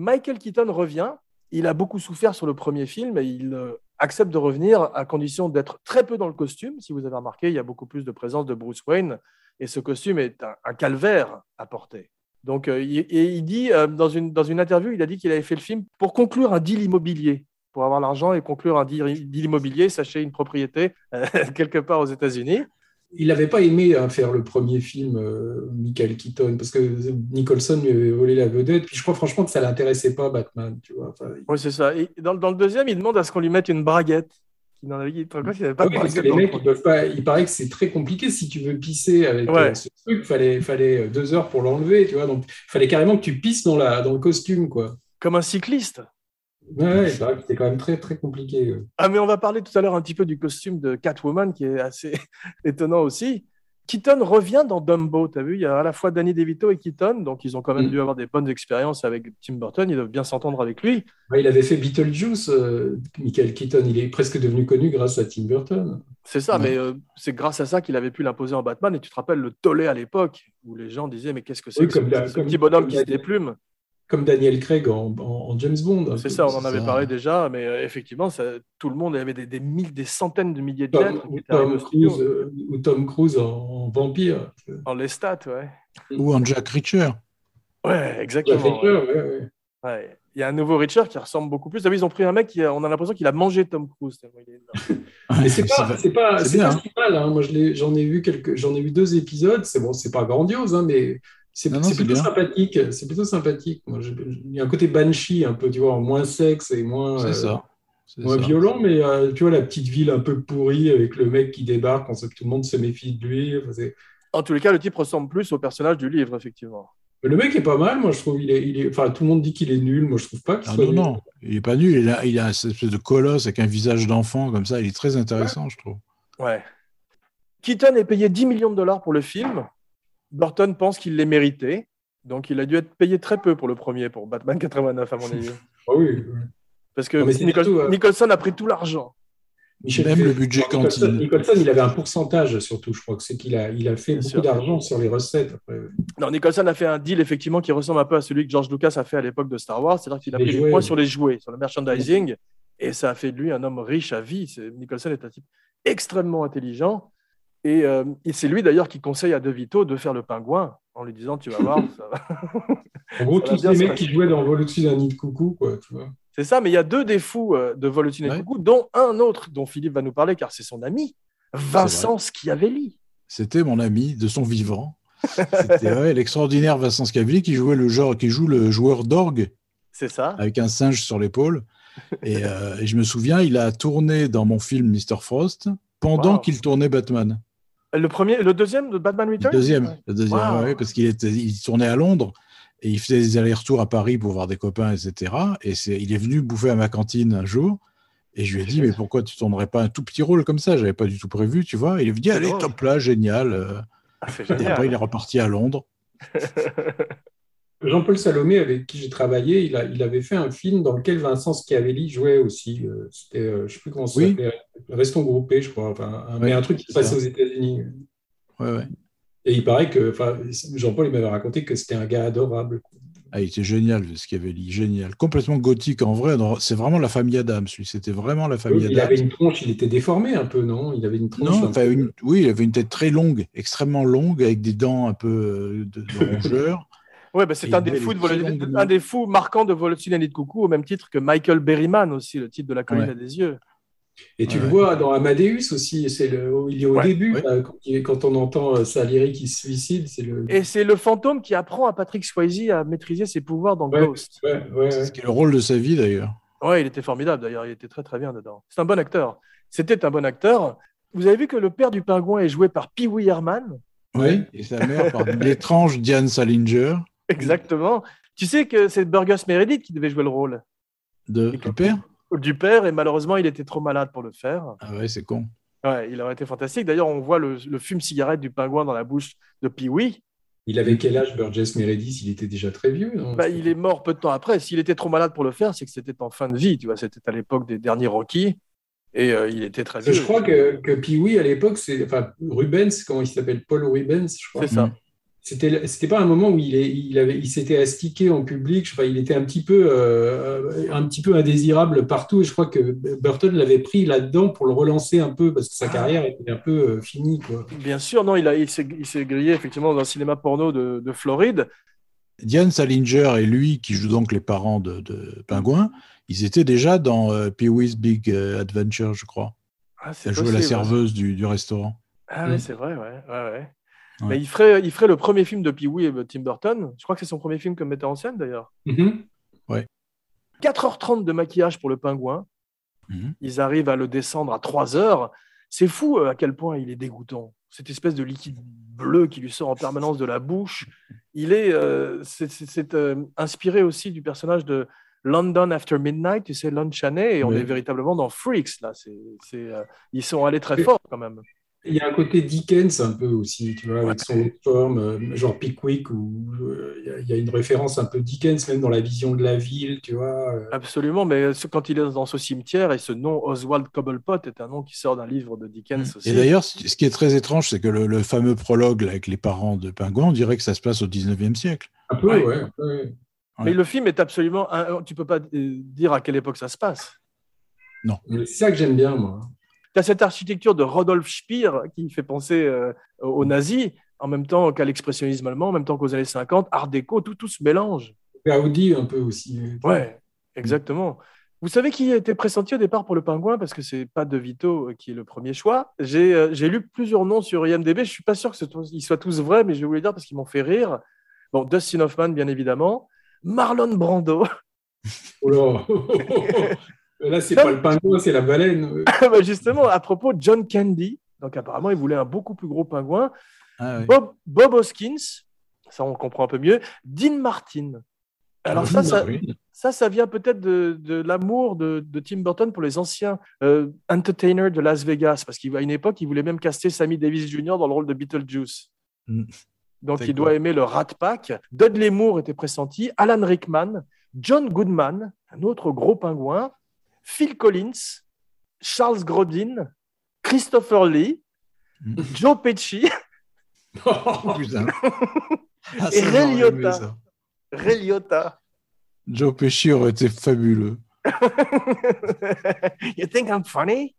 Michael Keaton revient. Il a beaucoup souffert sur le premier film et il accepte de revenir à condition d'être très peu dans le costume. Si vous avez remarqué, il y a beaucoup plus de présence de Bruce Wayne et ce costume est un calvaire à porter. Donc, il dit, dans une interview, il a dit qu'il avait fait le film pour conclure un deal immobilier, pour avoir l'argent et conclure un deal immobilier, s'acheter une propriété quelque part aux États-Unis. Il n'avait pas aimé faire le premier film, Michael Keaton, parce que Nicholson lui avait volé la vedette. Puis je crois franchement que ça ne l'intéressait pas, Batman. Tu vois. Enfin, Oui, c'est ça. Et dans le deuxième, il demande à ce qu'on lui mette une braguette. Il n'avait pas oui, de parce que braguette les dans le mecs, premier. ils peuvent pas. Il paraît que c'est très compliqué si tu veux pisser avec Ouais. ce truc. Fallait 2 heures pour l'enlever, tu vois. Donc, il fallait carrément que tu pisses dans le costume, quoi. Comme un cycliste. Ouais, il paraît que c'était quand même très, très compliqué. Ah, mais on va parler tout à l'heure un petit peu du costume de Catwoman qui est assez étonnant aussi. Keaton revient dans Dumbo, tu as vu, il y a à la fois Danny DeVito et Keaton, donc ils ont quand même dû avoir des bonnes expériences avec Tim Burton, ils doivent bien s'entendre avec lui. Ouais, il avait fait Beetlejuice, Michael Keaton. Il est presque devenu connu grâce à Tim Burton. C'est ça, Ouais. mais c'est grâce à ça qu'il avait pu l'imposer en Batman, et tu te rappelles le tollé à l'époque, où les gens disaient, mais qu'est-ce que c'est Oui, que ce, comme la- ce comme- petit bonhomme comme qui se la- déplume. Comme Daniel Craig en James Bond. C'est ça, on en c'est avait ça. parlé déjà, mais effectivement, tout le monde, il y avait des centaines de milliers de Tom, lettres qui ou étaient arrivées au studio. Tom Cruise en vampire. En lestat, ouais. Ou en Jack Reacher. Ouais, Ça exactement. fait Ouais. peur, ouais. Ouais. Il y a un nouveau Richard qui ressemble beaucoup plus. Ah oui, ils ont pris un mec on a l'impression qu'il a mangé Tom Cruise. Tellement il est énorme. Mais c'est pas c'est bien, si mal. Hein. Moi, j'en ai vu 2 épisodes. C'est bon, c'est pas grandiose, hein, mais c'est Non, c'est plutôt bien. sympathique. C'est plutôt sympathique. Moi, il y a un côté Banshee un peu, tu vois, moins sexe et moins, C'est ça. C'est moins ça. violent, mais tu vois la petite ville un peu pourrie avec le mec qui débarque, on sait que tout le monde se méfie de lui. Enfin, En tous les cas, le type ressemble plus au personnage du livre, effectivement. le mec est pas mal. Moi, je trouve enfin, tout le monde dit qu'il est nul. Moi, je trouve pas qu'il Ah soit non, nul. non, il est pas nul. Il a cette espèce de colosse avec un visage d'enfant comme ça. Il est très intéressant, je trouve. Ouais. Keaton est payé 10 millions de dollars pour le film. Burton pense qu'il l'ait mérité. Donc, il a dû être payé très peu pour le premier, pour Batman 89, à mon avis. Ah oui, oui. Parce que Non, mais c'est surtout, Nicholson a pris tout l'argent. Même le budget cantine. Nicholson, il avait un pourcentage surtout, je crois que c'est qu'il a fait Bien beaucoup sûr. d'argent sur les recettes. Après. Non, Nicholson a fait un deal, effectivement, qui ressemble un peu à celui que George Lucas a fait à l'époque de Star Wars. C'est-à-dire qu'il a Les pris des jouets, points oui. sur les jouets, sur le merchandising. Et ça a fait de lui un homme riche à vie. Nicholson est un type extrêmement intelligent. Et c'est lui, d'ailleurs, qui conseille à DeVito de faire le pingouin en lui disant, tu vas voir, ça va. En gros, Ça va tous bien les se mecs passer. qui jouaient dans Vol au-dessus d'un nid de coucou, quoi, tu vois. C'est ça, mais il y a 2 des fous de Vol au-dessus des Ouais. coucous, dont un autre dont Philippe va nous parler, car c'est son ami, Vincent Schiavelli. C'était mon ami de son vivant. C'était l'extraordinaire Vincent Schiavelli qui joue le joueur d'orgue C'est ça. avec un singe sur l'épaule. Et je me souviens, il a tourné dans mon film Mr. Frost pendant Wow. qu'il tournait Batman. Le deuxième de Batman Returns. Le deuxième, Wow. ouais, parce qu'il tournait à Londres et il faisait des allers-retours à Paris pour voir des copains, etc. Et il est venu bouffer à ma cantine un jour et je lui ai dit, mais pourquoi tu tournerais pas un tout petit rôle comme ça? J'avais pas du tout prévu, tu vois. Il est dit, allez, drôle. top là, génial. Ah, c'est Et après, génial. il est reparti à Londres. Jean-Paul Salomé, avec qui j'ai travaillé, il avait fait un film dans lequel Vincent Schiavelli jouait aussi. C'était, je ne sais plus comment ça Oui. s'appelait, Restons groupés, je crois. Enfin, mais un truc qui se c'est passait ça. aux États-Unis. Ouais. Et il paraît que, enfin, Jean-Paul il m'avait raconté que c'était un gars adorable. Ah, il était génial, Schiavelli, génial. Complètement gothique en vrai. C'est vraiment la famille Adams, lui. C'était vraiment la famille Il avait Adams. une tronche, il était déformé un peu, non? Il avait une tronche. Non, un peu- oui, il avait une tête très longue, extrêmement longue, avec des dents un peu de rongeur. Ouais, bah, c'est Et un il des avait fous les très longues un des fous marquants de Vol au-dessus d'un nid de coucou, au même titre que Michael Berryman aussi, le titre de La colline Ouais. à des yeux. Et tu Ouais. le vois dans Amadeus aussi, il est au Ouais, début, ouais. là, quand on entend Salieri qui se suicide, c'est le. Et c'est le fantôme qui apprend à Patrick Swayze à maîtriser ses pouvoirs dans Ouais, Ghost. ouais. C'est ce qui est le rôle de sa vie, d'ailleurs. Ouais, il était formidable d'ailleurs, il était très très bien dedans. C'est un bon acteur. C'était un bon acteur. Vous avez vu que le père du pingouin est joué par Pee Wee Herman? Oui, et sa mère par l'étrange Diane Salinger Exactement. Tu sais que c'est Burgess Meredith qui devait jouer le rôle du père. du père, et malheureusement, il était trop malade pour le faire. Ah ouais, c'est con. Ouais, il aurait été fantastique. D'ailleurs, on voit le fume-cigarette du pingouin dans la bouche de Pee Wee. Il avait quel âge, Burgess Meredith? Il était déjà très vieux, non? Bah, il est mort peu de temps après. S'il était trop malade pour le faire, c'est que c'était en fin de vie. Tu vois, c'était à l'époque des derniers Rocky. Et il était très vieux. Je crois que Pee-wee, à l'époque, enfin, Rubens, comment il s'appelle? Paul Rubens, je crois. C'est ça. C'était pas un moment où il s'était astiqué en public. Enfin, il était un petit peu indésirable partout. Et je crois que Burton l'avait pris là-dedans pour le relancer un peu parce que sa carrière était un peu finie, quoi. Bien sûr, non, il s'est grillé effectivement dans un cinéma porno de Floride. Diane Salinger et lui, qui jouent donc les parents de Pingouin, ils étaient déjà dans Pee-wee's Big Adventure, je crois. C'est Elle jouait la serveuse du restaurant. Ah oui, c'est vrai, ouais. Ouais. Mais il ferait le premier film de Pee-wee et Tim Burton. Je crois que c'est son premier film comme metteur en scène, d'ailleurs. Ouais. 4h30 de maquillage pour le pingouin. Ils arrivent à le descendre à 3h. C'est fou à quel point il est dégoûtant. Cette espèce de liquide bleu qui lui sort en permanence de la bouche. C'est inspiré aussi du personnage de London After Midnight, tu sais, Lon Chaney, et on est véritablement dans Freaks, là. Ils sont allés très fort, quand même. Il y a un côté Dickens un peu aussi, tu vois, avec son forme, genre Pickwick, où il y a une référence un peu Dickens, même dans la vision de la ville, tu vois. Absolument, mais quand il est dans ce cimetière, et ce nom Oswald Cobblepot est un nom qui sort d'un livre de Dickens aussi. Et d'ailleurs, ce qui est très étrange, c'est que le fameux prologue là, avec les parents de Pingouin, on dirait que ça se passe au 19e siècle. Un peu, ouais. Mais le film est absolument... Tu peux pas dire à quelle époque ça se passe. Non. Mais c'est ça que j'aime bien, moi. Tu as cette architecture de Rodolphe Speer qui fait penser aux nazis, en même temps qu'à l'expressionnisme allemand, en même temps qu'aux années 50, Art déco, tout se mélange. Gaudi un peu aussi. Ouais, exactement. Vous savez qui était pressenti au départ pour le pingouin, parce que c'est pas De Vito qui est le premier choix. J'ai lu plusieurs noms sur IMDb, je suis pas sûr qu'ils soient tous vrais, mais je vais vous les dire parce qu'ils m'ont fait rire. Bon, Dustin Hoffman, bien évidemment. Marlon Brando. Oh là. Là, c'est pas le pingouin, c'est la baleine. Justement, à propos de John Candy, donc apparemment, il voulait un beaucoup plus gros pingouin. Ah, oui. Bob Hoskins, ça on comprend un peu mieux. Dean Martin. Alors ça vient peut-être de l'amour de Tim Burton pour les anciens entertainers de Las Vegas, parce qu'à une époque, il voulait même caster Sammy Davis Jr. dans le rôle de Beetlejuice. Donc il doit aimer le Rat Pack. Dudley Moore était pressenti, Alan Rickman, John Goodman, un autre gros pingouin, Phil Collins, Charles Grodin, Christopher Lee, Joe Pesci et Ray Liotta. Ray Liotta. Joe Pesci aurait été fabuleux. You think I'm funny?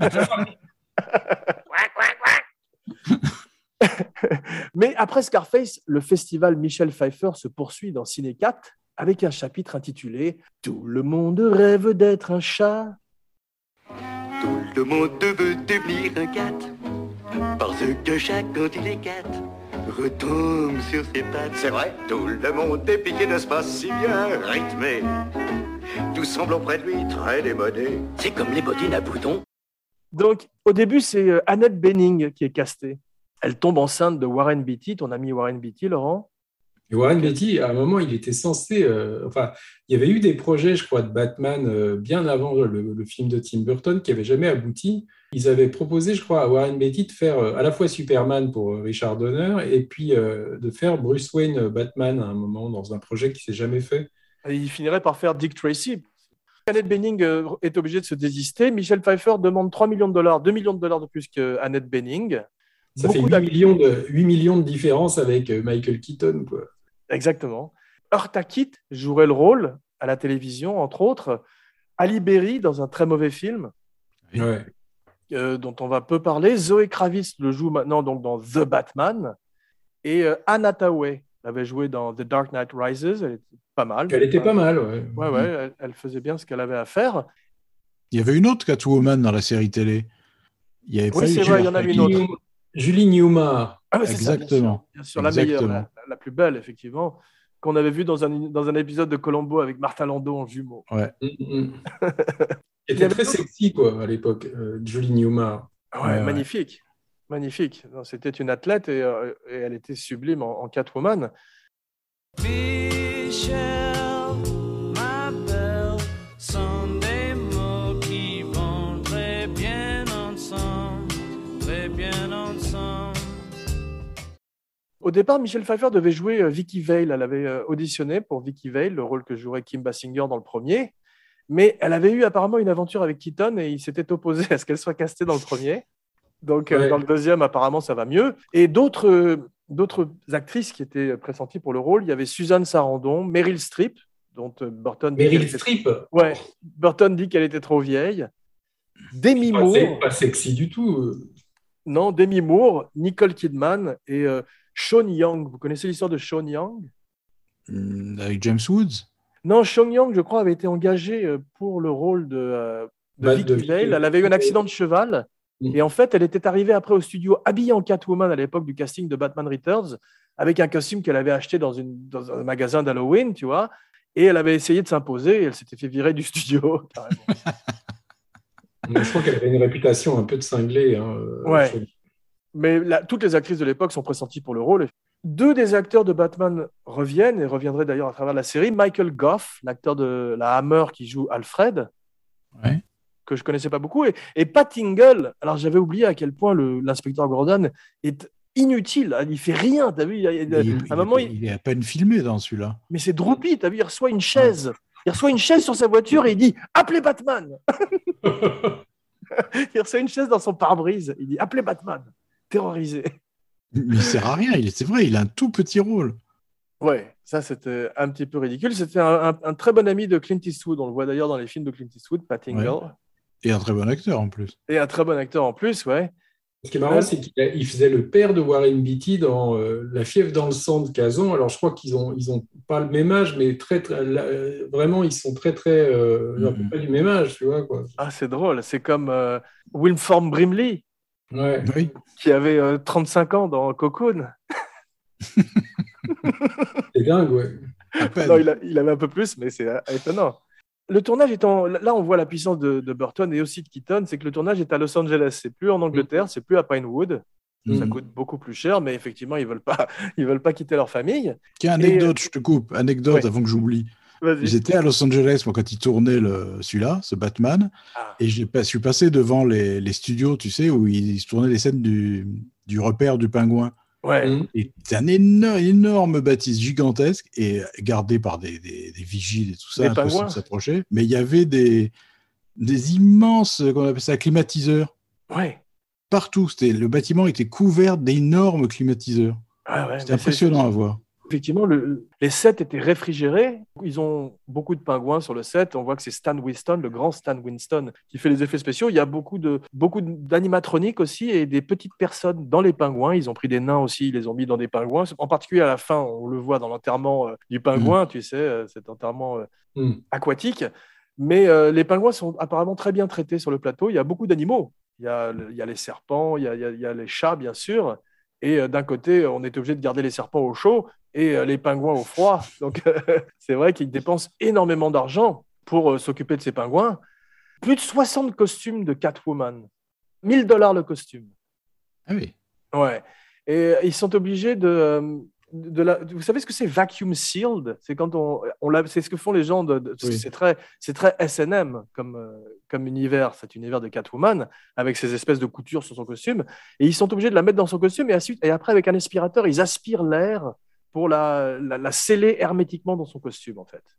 Mais après Scarface, le festival Michel Pfeiffer se poursuit dans Ciné 4 avec un chapitre intitulé « Tout le monde rêve d'être un chat ». Tout le monde veut devenir un cat, parce que chaque quand il est cat, retombe sur ses pattes. C'est vrai, tout le monde est piqué de ce pas si bien rythmé. Tout semble auprès de lui très démodé. C'est comme les bottines à boutons. Donc, au début, c'est Annette Bening qui est castée. Elle tombe enceinte de Warren Beatty, ton ami Warren Beatty, Laurent. Et Warren Beatty, à un moment, il était censé... il y avait eu des projets, je crois, de Batman bien avant le film de Tim Burton qui n'avaient jamais abouti. Ils avaient proposé, je crois, à Warren Beatty de faire à la fois Superman pour Richard Donner et puis de faire Bruce Wayne Batman à un moment dans un projet qui ne s'est jamais fait. Et il finirait par faire Dick Tracy. Annette Bening est obligée de se désister. Michel Pfeiffer demande $3 millions, $2 millions de plus qu'Annette Bening. Ça fait 8 millions de différence avec Michael Keaton, quoi. Exactement. Eartha Kitt jouerait le rôle à la télévision, entre autres. Ali Berry dans un très mauvais film dont on va peu parler. Zoé Kravitz le joue maintenant donc dans The Batman. Et Anne Hathaway avait joué dans The Dark Knight Rises. Elle était pas mal. Elle était pas mal, ouais. Ouais, elle faisait bien ce qu'elle avait à faire. Il y avait une autre Catwoman dans la série télé. Oui, c'est vrai, il y en a une autre. Julie Newmar. Ah, exactement. Bien sûr, la meilleure, la plus belle, effectivement, qu'on avait vue dans un épisode de Columbo avec Martha Landau en jumeau. Ouais. Elle était très sexy, quoi, à l'époque, Julie Newmar. Ouais, magnifique. Magnifique. Non, c'était une athlète et elle était sublime en Catwoman. Michel, ma belle, sont des mots qui vont très bien ensemble. Très bien ensemble. Au départ, Michel Pfeiffer devait jouer Vicky Vale. Elle avait auditionné pour Vicky Vale, le rôle que jouerait Kim Basinger dans le premier. Mais elle avait eu apparemment une aventure avec Keaton et il s'était opposé à ce qu'elle soit castée dans le premier. Donc, dans le deuxième, apparemment, ça va mieux. Et d'autres d'autres actrices qui étaient pressenties pour le rôle. Il y avait Suzanne Sarandon, Meryl Streep, dont Burton dit Meryl Streep. Ouais, Burton dit qu'elle était trop vieille. Demi C'est Moore. pas sexy du tout. Non, Demi Moore, Nicole Kidman et Sean Young. Vous connaissez l'histoire de Sean Young? Avec James Woods. Non, Sean Young, je crois, avait été engagée pour le rôle de Vicky Vale. Elle avait eu un accident de cheval. Et en fait, elle était arrivée après au studio habillée en Catwoman à l'époque du casting de Batman Returns, avec un costume qu'elle avait acheté dans un magasin d'Halloween, tu vois. Et elle avait essayé de s'imposer et elle s'était fait virer du studio, carrément. Je crois qu'elle avait une réputation un peu de cinglée. Hein, ouais. Mais toutes les actrices de l'époque sont pressenties pour le rôle. 2 des acteurs de Batman reviennent, et reviendraient d'ailleurs à travers la série. Michael Gough, l'acteur de la Hammer qui joue Alfred, que je ne connaissais pas beaucoup, et Pat Hingle. Alors j'avais oublié à quel point l'inspecteur Gordon est inutile. Il ne fait rien. T'as vu, il est à peine filmé dans celui-là. Mais c'est Droopy, tu as vu, il reçoit une chaise. Ouais. Il reçoit une chaise sur sa voiture et il dit « Appelez Batman !» Il reçoit une chaise dans son pare-brise. Il dit « Appelez Batman !» Terrorisé. Mais il sert à rien, c'est vrai, il a un tout petit rôle. Ouais, ça c'était un petit peu ridicule. C'était un très bon ami de Clint Eastwood. On le voit d'ailleurs dans les films de Clint Eastwood, Pat Hingle. Ouais. Et un très bon acteur en plus. Ouais. Ce qui est marrant, c'est qu'il faisait le père de Warren Beatty dans La fièvre dans le sang de Cazon. Alors je crois qu'ils ont pas le même âge, mais vraiment ils sont très à peu près du même âge, tu vois quoi. Ah, c'est drôle. C'est comme Wilford Brimley. Ouais. Oui. Qui avait 35 ans dans Cocoon. C'est dingue, ouais. Non, il avait un peu plus, mais c'est étonnant. Le tournage étant... Là, on voit la puissance de Burton et aussi de Keaton, c'est que le tournage est à Los Angeles. C'est plus en Angleterre, c'est plus à Pinewood. Ça coûte beaucoup plus cher, mais effectivement, ils veulent pas quitter leur famille. Tiens, anecdote, je te coupe. Anecdote avant que j'oublie. Vas-y. J'étais à Los Angeles moi, quand ils tournaient celui-là, ce Batman, et je suis passé devant les studios, tu sais, où ils tournaient les scènes du repère du pingouin. Ouais. Et c'est un énorme bâtisse gigantesque et gardé par des vigiles et tout ça, impossible de s'approcher. Mais il y avait des immenses, qu'on appelle ça, climatiseurs. Ouais. Partout. Le bâtiment était couvert d'énormes climatiseurs. C'était impressionnant à voir. Effectivement, les sets étaient réfrigérés. Ils ont beaucoup de pingouins sur le set. On voit que c'est Stan Winston, le grand Stan Winston, qui fait les effets spéciaux. Il y a beaucoup d'animatroniques aussi et des petites personnes dans les pingouins. Ils ont pris des nains aussi, ils les ont mis dans des pingouins. En particulier à la fin, on le voit dans l'enterrement du pingouin, tu sais, cet enterrement aquatique. Mais les pingouins sont apparemment très bien traités sur le plateau. Il y a beaucoup d'animaux. Il y a les serpents, il y a les chats, bien sûr. Et d'un côté, on est obligé de garder les serpents au chaud et les pingouins au froid. Donc, c'est vrai qu'ils dépensent énormément d'argent pour s'occuper de ces pingouins. Plus de 60 costumes de Catwoman. $1,000 le costume. Ah oui. Ouais. Et ils sont obligés vous savez ce que c'est vacuum sealed? C'est quand c'est ce que font les gens oui. C'est très S&M comme univers, cet univers de Catwoman avec ces espèces de coutures sur son costume. Et ils sont obligés de la mettre dans son costume et après avec un aspirateur, ils aspirent l'air pour la sceller hermétiquement dans son costume en fait.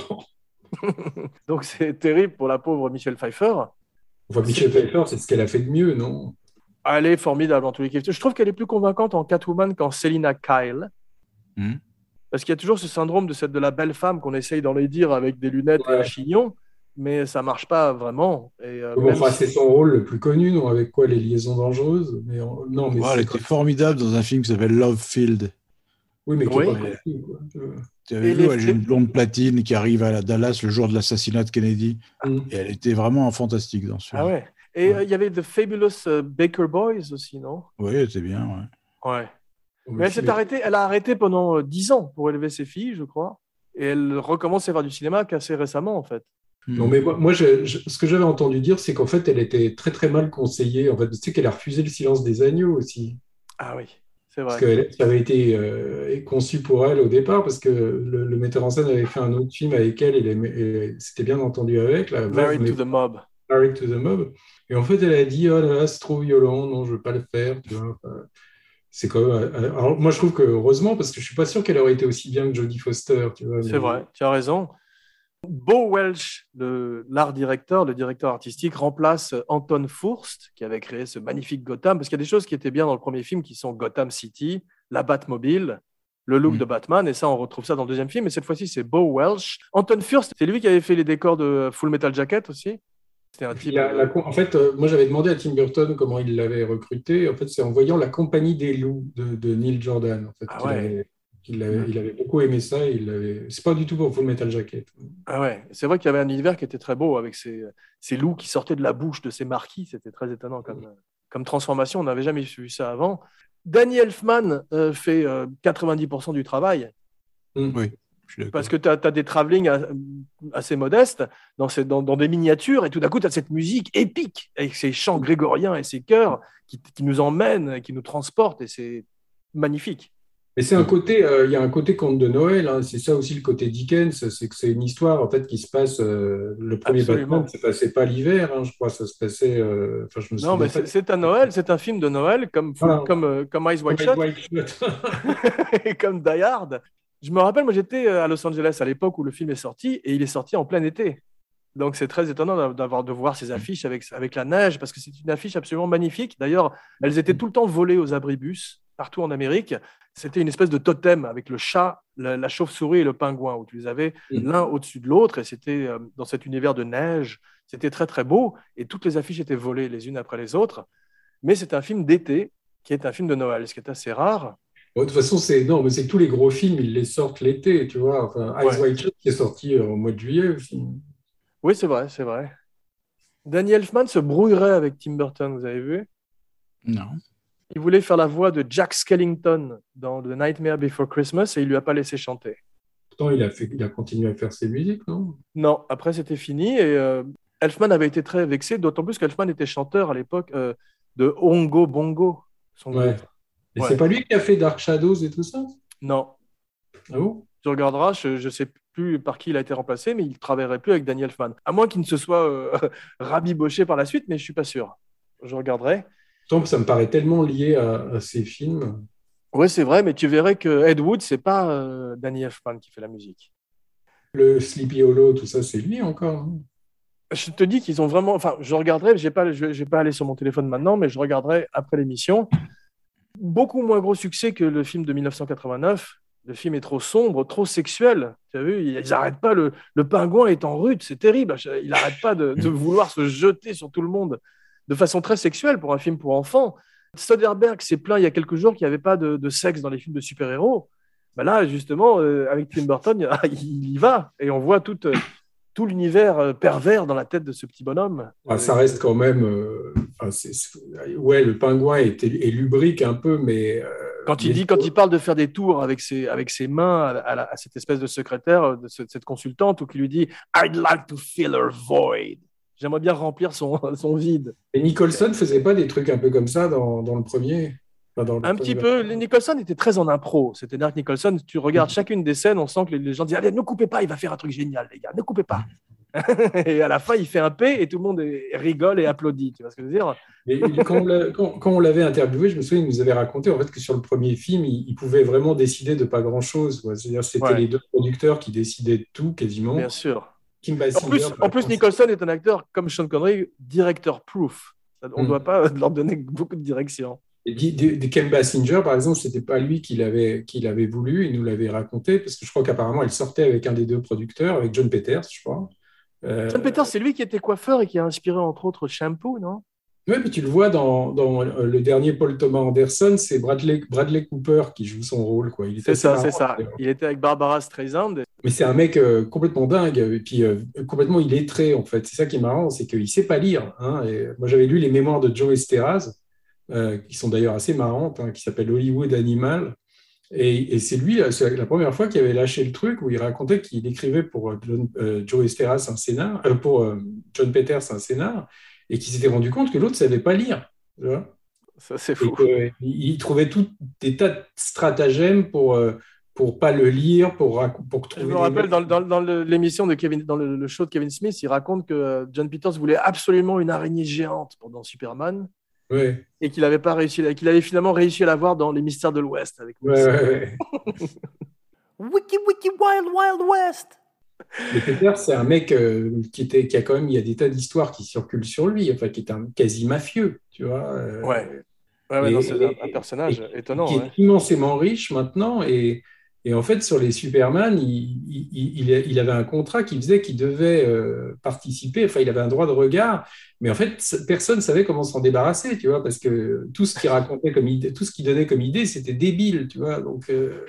Donc c'est terrible pour la pauvre Michelle Pfeiffer. Enfin, Michelle Pfeiffer, c'est ce qu'elle a fait de mieux, non? Elle est formidable en tous les cas. Je trouve qu'elle est plus convaincante en Catwoman qu'en Selina Kyle. Parce qu'il y a toujours ce syndrome de la belle femme qu'on essaye d'en les dire avec des lunettes et un chignon, mais ça marche pas vraiment. Et, c'est son rôle le plus connu, non? Avec quoi, les liaisons dangereuses? Mais elle était formidable dans un film qui s'appelle Love Field. Oui, mais qui est pas possible, quoi. Tu avais vu, elle a une blonde platine qui arrive à Dallas le jour de l'assassinat de Kennedy, et elle était vraiment fantastique dans ce film. Ah ouais. Et il y avait The Fabulous Baker Boys aussi, non? Oui, c'est bien, ouais. Mais elle a arrêté pendant 10 ans pour élever ses filles, je crois. Et elle recommence à faire du cinéma qu'assez récemment, en fait. Non, mais moi, ce que j'avais entendu dire, c'est qu'en fait, elle était très, très mal conseillée. En fait, tu sais qu'elle a refusé Le Silence des agneaux aussi. Ah oui, c'est vrai. Parce que ça avait été conçu pour elle au départ, parce que le metteur en scène avait fait un autre film avec elle, et c'était bien entendu avec. Married to the Mob. Married to the Mob. Et en fait, elle a dit, oh là là, c'est trop violent, non, je veux pas le faire, tu vois. C'est quand même... Alors, moi, je trouve que heureusement, parce que je suis pas sûr qu'elle aurait été aussi bien que Jodie Foster, tu vois. C'est vrai, tu as raison. Bo Welch, l'art directeur, le directeur artistique, remplace Anton Furst, qui avait créé ce magnifique Gotham, parce qu'il y a des choses qui étaient bien dans le premier film, qui sont Gotham City, la Batmobile, le look de Batman, et ça, on retrouve ça dans le deuxième film, et cette fois-ci, c'est Bo Welch. Anton Furst, c'est lui qui avait fait les décors de Full Metal Jacket aussi. C'était un type... En fait, moi, j'avais demandé à Tim Burton comment il l'avait recruté. En fait, c'est en voyant La Compagnie des loups de Neil Jordan. En fait, Ah ouais. il avait beaucoup aimé ça. C'est pas du tout pour Full Metal Jacket. Ah ouais, c'est vrai qu'il y avait un univers qui était très beau avec ces loups qui sortaient de la bouche de ces marquis. C'était très étonnant comme transformation. On n'avait jamais vu ça avant. Danny Elfman fait 90% du travail. Oui, je suis d'accord. Parce que tu as des travelling assez modestes dans des miniatures, et tout d'un coup, tu as cette musique épique avec ces chants grégoriens et ces chœurs qui nous emmènent, qui nous transportent, et c'est magnifique. Mais c'est il y a un côté conte de Noël, hein. C'est ça aussi le côté Dickens, c'est que c'est une histoire en fait qui se passe. Le premier Absolument. Batman, ça se passait pas l'hiver, hein, je crois, ça se passait. Je me Non, mais souviens pas. c'est un Noël, c'est un film de Noël comme Voilà. comme Eyes Wide Comme Shut White Shot. et comme Die Hard. Je me rappelle, moi j'étais à Los Angeles à l'époque où le film est sorti, et il est sorti en plein été. Donc c'est très étonnant de voir ces affiches avec la neige, parce que c'est une affiche absolument magnifique. D'ailleurs, elles étaient tout le temps volées aux abribus partout en Amérique. C'était une espèce de totem avec le chat, la chauve-souris et le pingouin, où tu les avais l'un au-dessus de l'autre, et c'était dans cet univers de neige. C'était très très beau, et toutes les affiches étaient volées les unes après les autres. Mais c'est un film d'été qui est un film de Noël, ce qui est assez rare. Bon, de toute façon, c'est que tous les gros films, ils les sortent l'été, tu vois. Enfin, Eyes Ouais. Wide Shut qui est sorti au mois de juillet aussi. Oui, c'est vrai, c'est vrai. Danny Elfman se brouillerait avec Tim Burton, vous avez vu? Non. Il voulait faire la voix de Jack Skellington dans The Nightmare Before Christmas, et il lui a pas laissé chanter. Pourtant, il a continué à faire ses musiques, non? Non, après c'était fini, et Elfman avait été très vexé, d'autant plus qu'Elfman était chanteur à l'époque de Ongo Bongo, son Ouais. groupe. Et Ouais. c'est pas lui qui a fait Dark Shadows et tout ça? Non, Ah bon? tu regarderas, je ne sais plus par qui il a été remplacé, mais il ne travaillerait plus avec Danny Elfman. À moins qu'il ne se soit rabiboché par la suite, mais je ne suis pas sûr. Je regarderai. Pourtant, ça me paraît tellement lié à ces films. Oui, c'est vrai, mais tu verrais que Ed Wood, c'est pas Danny Elfman qui fait la musique. Le Sleepy Hollow, tout ça, c'est lui encore, hein. Je te dis qu'ils ont vraiment. Enfin, je regarderai, je vais pas aller sur mon téléphone maintenant, mais je regarderai après l'émission. Beaucoup moins gros succès que le film de 1989. Le film est trop sombre, trop sexuel. Tu as vu, ils n'arrêtent pas. Le pingouin est en rude, c'est terrible. Il n'arrête pas de vouloir se jeter sur tout le monde de façon très sexuelle pour un film pour enfants. Soderbergh s'est plaint il y a quelques jours qu'il n'y avait pas de sexe dans les films de super-héros. Ben là, justement, avec Tim Burton, il y va. Et on voit tout l'univers pervers dans la tête de ce petit bonhomme. Ah, ça reste quand même. Ouais, le pingouin est lubrique un peu, mais. Quand il parle de faire des tours avec ses mains à cette espèce de secrétaire, de cette consultante, ou qui lui dit I'd like to fill her void. J'aimerais bien remplir son vide. Et Nicholson faisait pas des trucs un peu comme ça dans le premier? Un petit peu. Nicholson était très en impro. C'est-à-dire que Nicholson, tu regardes chacune des scènes, on sent que les gens disent allez, ne coupez pas, il va faire un truc génial, les gars, ne coupez pas. Et à la fin, il fait un P et tout le monde rigole et applaudit. Tu vois ce que je veux dire? Et quand on l'avait interviewé, je me souviens, il nous avait raconté en fait que sur le premier film, il pouvait vraiment décider de pas grand-chose, quoi. C'est-à-dire c'était les deux producteurs qui décidaient de tout quasiment. Bien sûr. Kim Basinger, En plus, Nicholson est un acteur, comme Sean Connery, directeur-proof. On ne doit pas leur donner beaucoup de direction. Kim Basinger, par exemple, c'était pas lui qui l'avait voulu, il nous l'avait raconté, parce que je crois qu'apparemment, elle sortait avec un des deux producteurs, avec John Peters, je crois. John Peters, c'est lui qui était coiffeur et qui a inspiré, entre autres, Shampoo, non? Oui, mais tu le vois dans le dernier Paul Thomas Anderson, c'est Bradley Cooper qui joue son rôle, quoi. C'est ça. Il était avec Barbara Streisand. Mais c'est un mec complètement dingue, et puis complètement illettré, en fait. C'est ça qui est marrant, c'est qu'il ne sait pas lire, hein. Et moi, j'avais lu les mémoires de Joe Esteras, qui sont d'ailleurs assez marrantes, hein, qui s'appellent Hollywood Animal. Et c'est lui, c'est la première fois qu'il avait lâché le truc, où il racontait qu'il écrivait pour Joe Esteras un scénar, pour John Peters un scénar, et qu'il s'était rendu compte que l'autre ne savait pas lire. Tu vois, ça, c'est fou. Il trouvait des tas de stratagèmes pour pas le lire, pour trouver. Je me rappelle dans l'émission de Kevin, dans le show de Kevin Smith, il raconte que John Peters voulait absolument une araignée géante dans Superman. Ouais. Et qu'il n'avait pas réussi, qu'il avait finalement réussi à l'avoir dans Les Mystères de l'Ouest avec ouais. Wiki Wild Wild West. Mais Peter, c'est un mec qui a quand même, il y a des tas d'histoires qui circulent sur lui, enfin qui est un quasi mafieux, tu vois. Ouais. Ouais, non, c'est un et, personnage étonnant. qui est Ouais. immensément riche maintenant. Et en fait, sur les Superman, il avait un contrat qui faisait qu'il devait participer, enfin, il avait un droit de regard, mais en fait, personne ne savait comment s'en débarrasser, tu vois, parce que tout ce qu'il racontait comme idée, tout ce qu'il donnait comme idée, c'était débile, tu vois. Donc,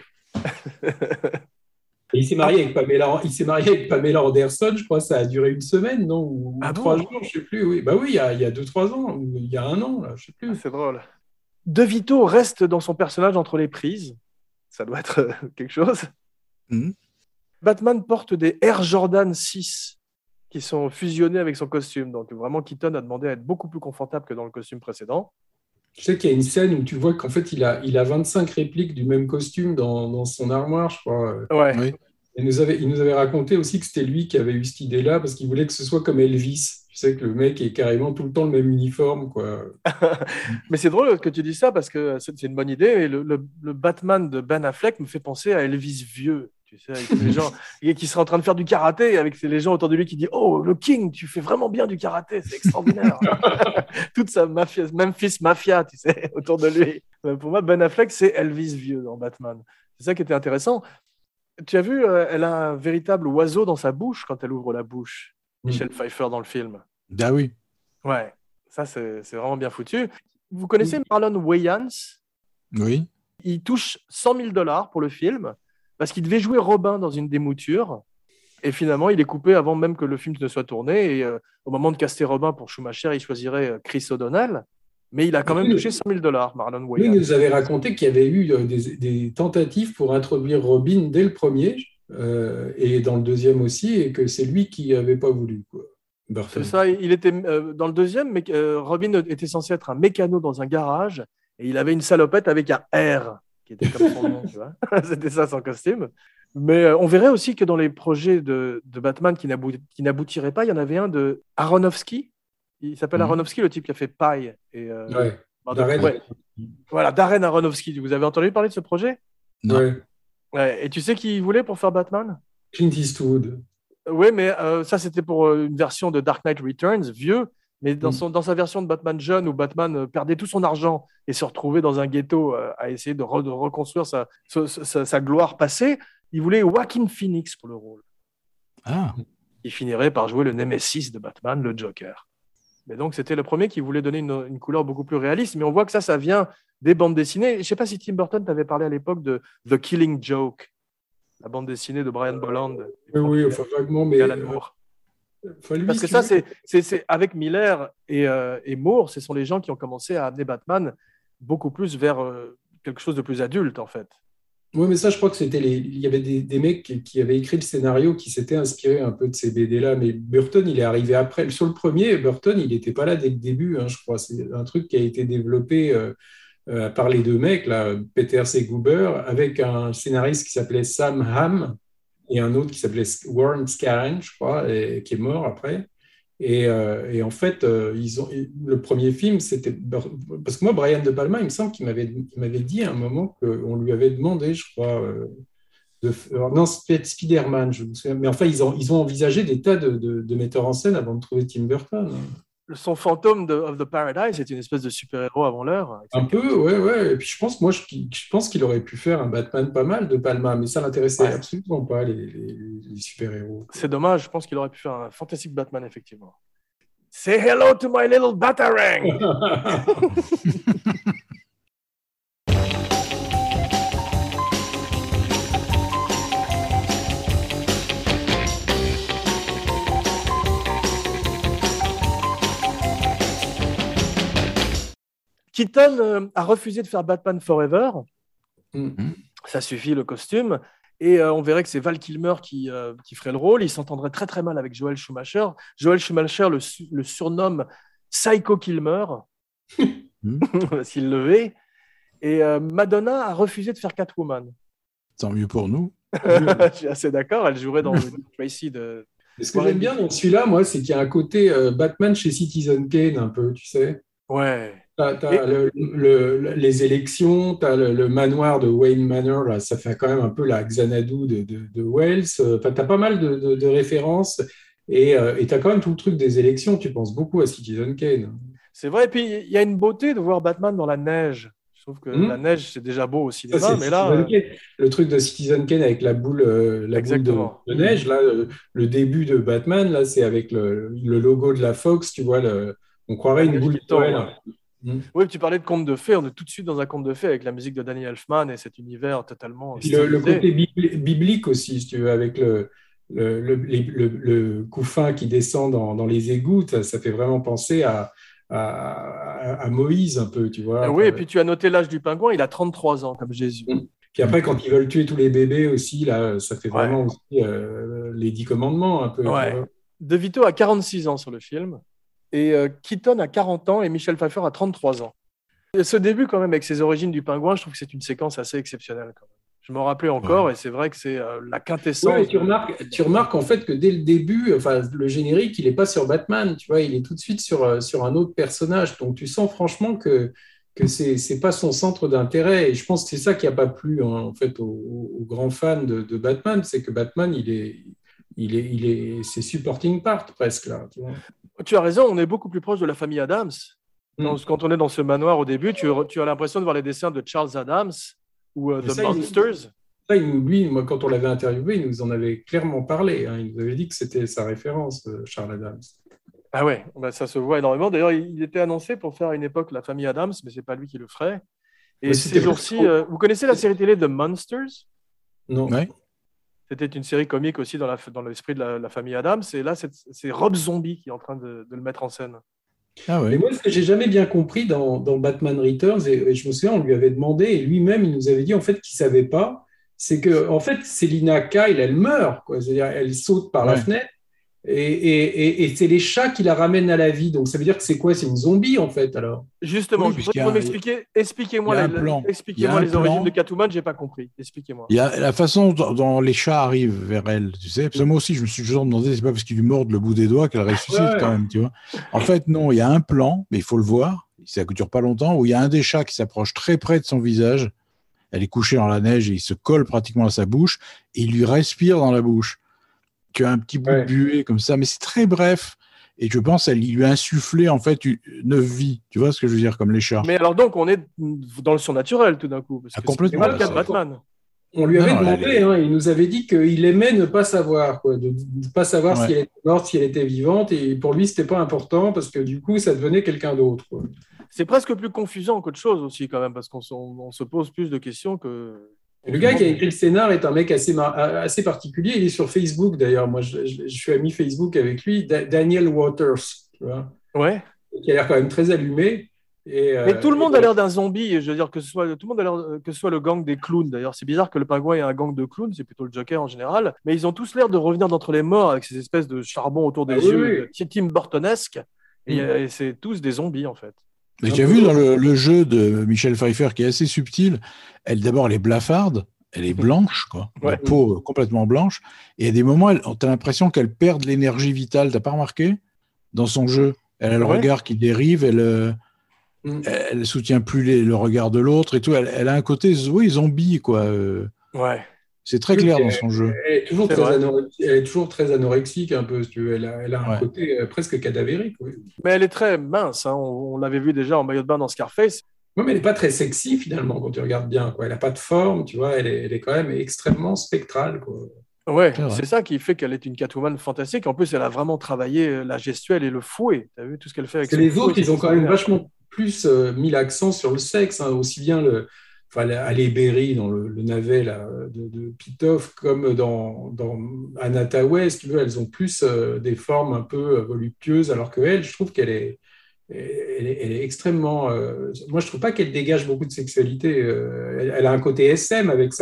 et il s'est marié avec Pamela Anderson, je crois, ça a duré une semaine, non, ou Ah 3 jours, bon? je sais plus. Oui, bah oui, il y a 2, 3 ans, ou il y a 1 an, là, je sais Ah, plus. c'est drôle. De Vito reste dans son personnage entre les prises. Ça doit être quelque chose. Mhm. Batman porte des Air Jordan 6 qui sont fusionnés avec son costume. Donc vraiment, Keaton a demandé à être beaucoup plus confortable que dans le costume précédent. Je sais qu'il y a une scène où tu vois qu'en fait, il a 25 répliques du même costume dans son armoire, je crois. Ouais. Oui. Il nous avait raconté aussi que c'était lui qui avait eu cette idée-là parce qu'il voulait que ce soit comme Elvis. Tu sais que le mec est carrément tout le temps le même uniforme, quoi. Mais c'est drôle que tu dis ça parce que c'est une bonne idée. Et le Batman de Ben Affleck me fait penser à Elvis vieux. Tu sais, avec tous les gens qui seraient en train de faire du karaté, avec les gens autour de lui qui disent Oh, le King, tu fais vraiment bien du karaté, c'est extraordinaire. Toute sa mafia, Memphis Mafia, tu sais, autour de lui. Pour moi, Ben Affleck, c'est Elvis vieux dans Batman. C'est ça qui était intéressant. Tu as vu, elle a un véritable oiseau dans sa bouche quand elle ouvre la bouche, Michelle Pfeiffer dans le film. Ah oui. Ouais, ça c'est vraiment bien foutu. Vous connaissez Marlon Wayans? Oui. Il touche $100 000 pour le film parce qu'il devait jouer Robin dans une démouture. Et finalement, il est coupé avant même que le film ne soit tourné. Et au moment de caster Robin pour Schumacher, il choisirait Chris O'Donnell. Mais il a quand même touché $100 000, Marlon Lui, il Wayans. nous avait raconté qu'il y avait eu des tentatives pour introduire Robin dès le premier et dans le deuxième aussi, et que c'est lui qui n'avait pas voulu, quoi. C'est Burton. ça, il était dans le deuxième, mais Robin était censé être un mécano dans un garage. Et il avait une salopette avec un R, qui était comme son nom, tu vois. C'était ça son costume. Mais on verrait aussi que dans les projets de Batman qui n'aboutiraient pas, il y en avait un de Aronofsky. Il s'appelle Mhm. Aronofsky, le type qui a fait Pi. Et, Ouais. Ouais. Voilà, Darren Aronofsky. Vous avez entendu parler de ce projet? Non. Ouais. Ouais. Et tu sais qui il voulait pour faire Batman? Clint Eastwood. Oui, mais ça, c'était pour une version de Dark Knight Returns, vieux. Mais dans sa version de Batman jeune, où Batman perdait tout son argent et se retrouvait dans un ghetto à essayer de reconstruire sa gloire passée, il voulait Joaquin Phoenix pour le rôle. Ah. Il finirait par jouer le Némésis de Batman, le Joker. Mais donc, c'était le premier qui voulait donner une couleur beaucoup plus réaliste. Mais on voit que ça vient des bandes dessinées. Je ne sais pas si Tim Burton t'avait parlé à l'époque de The Killing Joke, la bande dessinée de Brian Bolland. Oui, enfin, vaguement, mais Alan Moore. lui, Parce que si ça, tu veux, c'est avec Miller et Moore, ce sont les gens qui ont commencé à amener Batman beaucoup plus vers quelque chose de plus adulte, en fait. oui, mais ça, je crois que il y avait des mecs qui avaient écrit le scénario qui s'étaient inspirés un peu de ces BD-là, mais Burton, il est arrivé après. Sur le premier, Burton, il n'était pas là dès le début, hein, je crois. C'est un truc qui a été développé par les deux mecs, là, Peters et Goober, avec un scénariste qui s'appelait Sam Hamm et un autre qui s'appelait Warren Scarron, je crois, et qui est mort après. Et en fait, le premier film, c'était. Parce que moi, Brian De Palma, il me semble qu'il m'avait dit à un moment qu'on lui avait demandé, je crois, non, c'était Spider-Man, je me souviens. Mais enfin, ils ont envisagé des tas de metteurs en scène avant de trouver Tim Burton, hein. Son fantôme of the Paradise est une espèce de super-héros avant l'heure. Un peu, ouais. Et puis je pense qu'il aurait pu faire un Batman pas mal de Palma, mais ça l'intéressait absolument pas, les super-héros. C'est dommage, je pense qu'il aurait pu faire un fantastique Batman, effectivement. Say hello to my little Batarang! Keaton a refusé de faire Batman Forever. Ça suffit, le costume. Et on verrait que c'est Val Kilmer qui ferait le rôle. Il s'entendrait très très mal avec Joel Schumacher. Joel Schumacher le surnomme Psycho Kilmer, s'il le veut. Et Madonna a refusé de faire Catwoman. Tant mieux pour nous. Je suis assez d'accord. Elle jouerait dans le Tracy de. Et ce que j'aime bien dans celui-là, moi, c'est qu'il y a un côté Batman chez Citizen Kane, un peu, tu sais. Ouais. T'as les élections, t'as le manoir de Wayne Manor, là, ça fait quand même un peu la Xanadu de Wells. Enfin, t'as pas mal de références et t'as quand même tout le truc des élections. Tu penses beaucoup à Citizen Kane. C'est vrai, et puis il y a une beauté de voir Batman dans la neige. Je trouve que la neige, c'est déjà beau au Ça, cinéma, c'est mais là, Citizen Kane. Le truc de Citizen Kane avec la boule de, exactement. de neige, là, le début de Batman, là, c'est avec le logo de la Fox, tu vois, on croirait La une neige boule qui de tombe, Noël. ouais. Mm. Oui, tu parlais de conte de fées, on est tout de suite dans un conte de fées avec la musique de Danny Elfman et cet univers Et totalement puis le stylisé. côté biblique aussi, si tu veux, avec le couffin qui descend dans les égouts, ça fait vraiment penser à Moïse un peu, tu vois. Oui, et puis tu as noté l'âge du pingouin, il a 33 ans, comme Jésus. Puis après, quand ils veulent tuer tous les bébés aussi, là, ça fait Ouais, vraiment aussi les 10 commandements un peu, tu ouais. vois. De Vito a 46 ans sur le film, et Keaton a 40 ans, et Michel Pfeiffer a 33 ans. Et ce début, quand même, avec ses origines du pingouin, je trouve que c'est une séquence assez exceptionnelle, quand même. Je m'en rappelais encore, Ouais. et c'est vrai que c'est la Ouais, mais quintessence. tu remarques en fait que dès le début, enfin, le générique, il n'est pas sur Batman, tu vois, il est tout de suite sur un autre personnage. Donc tu sens franchement que c'est pas son centre d'intérêt. Et je pense que c'est ça qui n'a pas plu, hein, en fait, aux grands fans de Batman, c'est que Batman, c'est supporting part presque là. Tu vois. Tu as raison, on est beaucoup plus proche de la famille Adams. Quand on est dans ce manoir au début, tu as l'impression de voir les dessins de Charles Adams ou Mais The ça, Monsters. lui, moi, quand on l'avait interviewé, il nous en avait clairement parlé, hein. Il nous avait dit que c'était sa référence, Charles Adams. Ah ouais, bah ça se voit énormément. D'ailleurs, il était annoncé pour faire à une époque la famille Adams, mais c'est pas lui qui le ferait. Et Mais ces c'était jours-ci, pas- vous connaissez la série télé The Monsters? Non. Ouais. C'était une série comique aussi dans l'esprit de la famille Adams. Et là, c'est Rob Zombie qui est en train de le mettre en scène. Ah Mais ouais. moi, ce que j'ai jamais bien compris dans Batman Returns, et je me souviens, on lui avait demandé, et lui-même, il nous avait dit en fait qu'il savait pas, c'est que en fait, Selina Kyle, elle meurt, quoi. C'est-à-dire, elle saute par la Ouais. fenêtre, et c'est les chats qui la ramènent à la vie. Donc, ça veut dire que c'est quoi? C'est une zombie, en fait, alors. Justement, Oui, je puisqu'il y voudrais a que vous un- m'expliquiez. il y Expliquez-moi a un plan. Il y a un les origines plan. de Catwoman, j'ai pas compris. Expliquez-moi. Il y a la façon dont les chats arrivent vers elle, tu sais. Parce que moi aussi, je me suis toujours demandé, c'est pas parce qu'ils lui mordent le bout des doigts qu'elle ressuscite Ouais. quand même, tu vois. En fait, non, il y a un plan, mais il faut le voir. Ça ne dure pas longtemps, où il y a un des chats qui s'approche très près de son visage. Elle est couchée dans la neige et il se colle pratiquement à sa bouche et il lui respire dans la bouche. Tu as un petit bout de Ouais. buée comme ça, mais c'est très bref. Et je pense qu'elle lui a insufflé en fait une vie. Tu vois ce que je veux dire, comme les chats. Mais alors donc, on est dans le surnaturel tout d'un coup. Parce Ah, que complètement. c'est pas le cas de Ouais, Batman. On lui avait Non, demandé, elle est- hein, il nous avait dit qu'il aimait ne pas savoir, quoi, de ne pas savoir Ouais. si elle était morte, si elle était vivante, et pour lui, c'était pas important parce que du coup, ça devenait quelqu'un d'autre, quoi. C'est presque plus confusant qu'autre chose aussi quand même, parce on se pose plus de questions que. Le gars qui a écrit le scénar est un mec assez particulier. Il est sur Facebook d'ailleurs. Moi, je suis ami Facebook avec lui, Daniel Waters, tu vois, Ouais. qui a l'air quand même très allumé. Mais tout le monde a l'air d'un zombie. Je veux dire que tout le monde a l'air que ce soit le gang des clowns. D'ailleurs, c'est bizarre que le pingouin ait un gang de clowns. C'est plutôt le Joker en général. Mais ils ont tous l'air de revenir d'entre les morts avec ces espèces de charbon autour des Ah oui, yeux, oui. Tim Burtonesque. Et c'est tous des zombies en fait. Mais tu as vu dans le jeu de Michel Pfeiffer qui est assez subtil, d'abord elle est blafarde, elle est blanche, quoi, Ouais. la peau complètement blanche, et à des moments, tu as l'impression qu'elle perd de l'énergie vitale. T'as pas remarqué dans son jeu? Elle a le Ouais. regard qui dérive, elle soutient plus le regard de l'autre et tout. Elle a un côté zombie, quoi. Ouais. C'est très clair dans son jeu. Elle est toujours C'est très vrai. elle est toujours très anorexique, un peu, si tu veux. Elle a un Ouais. côté presque cadavérique. Oui. Mais elle est très mince. Hein. On l'avait vu déjà en maillot de bain dans Scarface. Ouais, mais elle n'est pas très sexy finalement quand tu regardes bien, quoi. Elle n'a pas de forme, tu vois. Elle est quand même extrêmement spectrale, quoi. Ouais, C'est vrai. c'est ça qui fait qu'elle est une Catwoman fantastique. En plus, elle a vraiment travaillé la gestuelle et le fouet. Tu as vu tout ce qu'elle fait avec Parce que son les autres, fouet, ils ont c'est quand même extraordinaire. vachement plus mis l'accent sur le sexe, hein, aussi bien Halle Berry dans le navet là, de Pitoff comme dans Anna Thaoué, si tu veux, elles ont plus des formes un peu voluptueuses, alors qu'elle, je trouve elle est extrêmement. Moi, je trouve pas qu'elle dégage beaucoup de sexualité. Elle a un côté SM avec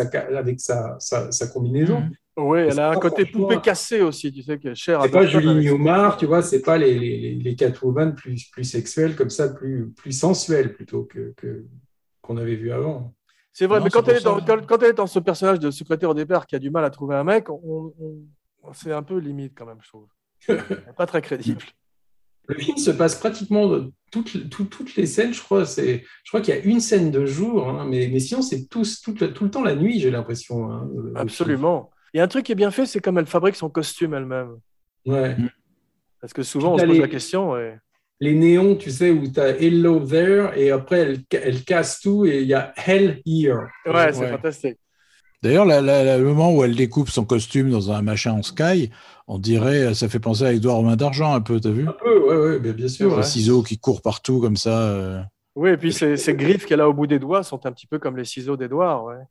sa combinaison. Mhm. Oui, elle C'est a un pas côté franchement- poupée cassée aussi, tu sais, qui est chère à C'est pas Burton Julie avec ses Newmar, costumes. tu vois, c'est pas les Catwoman plus sexuelles comme ça, plus sensuelles plutôt qu'on avait vu avant. C'est vrai, Non, mais c'est pour ça. quand elle est dans ce personnage de secrétaire au départ qui a du mal à trouver un mec, c'est un peu limite quand même, je trouve. Elle est pas très crédible. Le film se passe pratiquement toutes les scènes, je crois. Je crois qu'il y a une scène de jour, hein, mais sinon c'est tout le temps la nuit, j'ai l'impression. Hein, le film. Absolument. Il y a un truc qui est bien fait, c'est comme elle fabrique son costume elle-même. Ouais. Parce que souvent, on Puis se t'as pose les- la question. les néons, tu sais, où tu as Hello There, et après, elle casse tout, et il y a Hell Here. Ouais, c'est Ouais. fantastique. D'ailleurs, le moment où elle découpe son costume dans un machin en sky, on dirait, ça fait penser à Édouard aux mains d'argent un peu, t'as vu? Un peu, ouais, bien C'est sûr. vrai. Les ciseaux qui courent partout comme ça. Oui, et puis ces griffes qu'elle a au bout des doigts sont un petit peu comme les ciseaux d'Edouard. Ouais.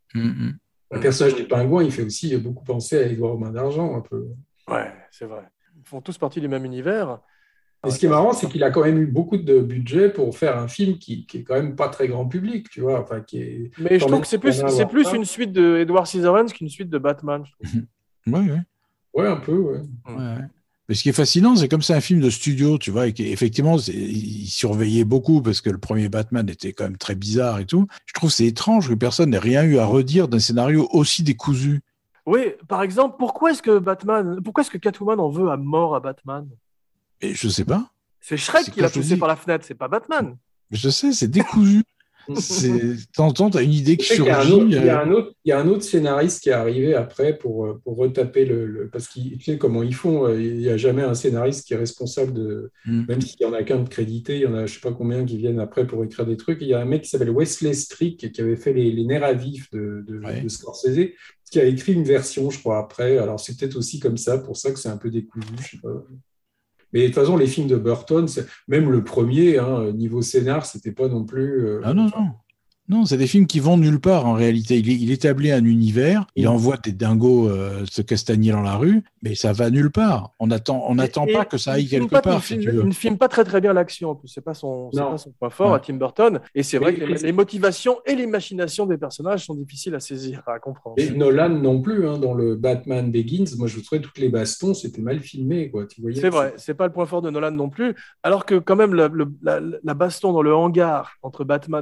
Le personnage du pingouin, il fait aussi beaucoup penser à Édouard aux mains d'argent, un peu. Ouais, c'est vrai. Ils font tous partie du même univers. Et ce qui est marrant, c'est qu'il a quand même eu beaucoup de budget pour faire un film qui est quand même pas très grand public, tu vois. Enfin, qui est... Mais je quand trouve même que c'est qu'on a à voir plus ça. une suite de Edward Scissorhands qu'une suite de Batman. Je trouve. Ouais, ouais. Ouais, un peu, ouais. Ouais. Mais ce qui est fascinant, c'est comme c'est un film de studio, tu vois, et qu'effectivement, il surveillait beaucoup parce que le premier Batman était quand même très bizarre et tout. Je trouve que c'est étrange que personne n'ait rien eu à redire d'un scénario aussi décousu. Oui, par exemple, pourquoi est-ce que Catwoman en veut à mort à Batman? Et je sais pas. C'est Shrek C'est qui l'a quand je te poussé dis- par la fenêtre, c'est pas Batman. Je sais, c'est décousu. De temps en temps, t'as une idée qui Je sais qu'il y a surgit. il y a un autre scénariste qui est arrivé après pour retaper parce qu'ils tu sais comment ils font. Il n'y a jamais un scénariste qui est responsable de. Même s'il y en a qu'un de crédité, il y en a je sais pas combien qui viennent après pour écrire des trucs. Il y a un mec qui s'appelle Wesley Strick qui avait fait les nerfs à vif Ouais. de Scorsese, qui a écrit une version, je crois, après. Alors c'est peut-être aussi comme ça, pour ça que c'est un peu décousu, je sais pas. Mais de toute façon, les films de Burton, même le premier, hein, niveau scénar, c'était pas non plus. Ah non, non. Non, c'est des films qui vont nulle part en réalité. Il établit un univers, il envoie des dingos se castagner dans la rue, mais ça va nulle part. On n'attend pas que ça aille quelque part, si tu veux. Il ne filme pas très très bien l'action. En plus, c'est pas son point fort à Tim Burton. Et c'est vrai que les motivations et les machinations des personnages sont difficiles à saisir, à comprendre. Et Nolan non plus, hein, dans le Batman Begins, moi je trouvais toutes les bastons, c'était mal filmé, quoi. Tu voyais. C'est vrai, c'est pas le point fort de Nolan non plus. Alors que quand même la baston dans le hangar entre Batman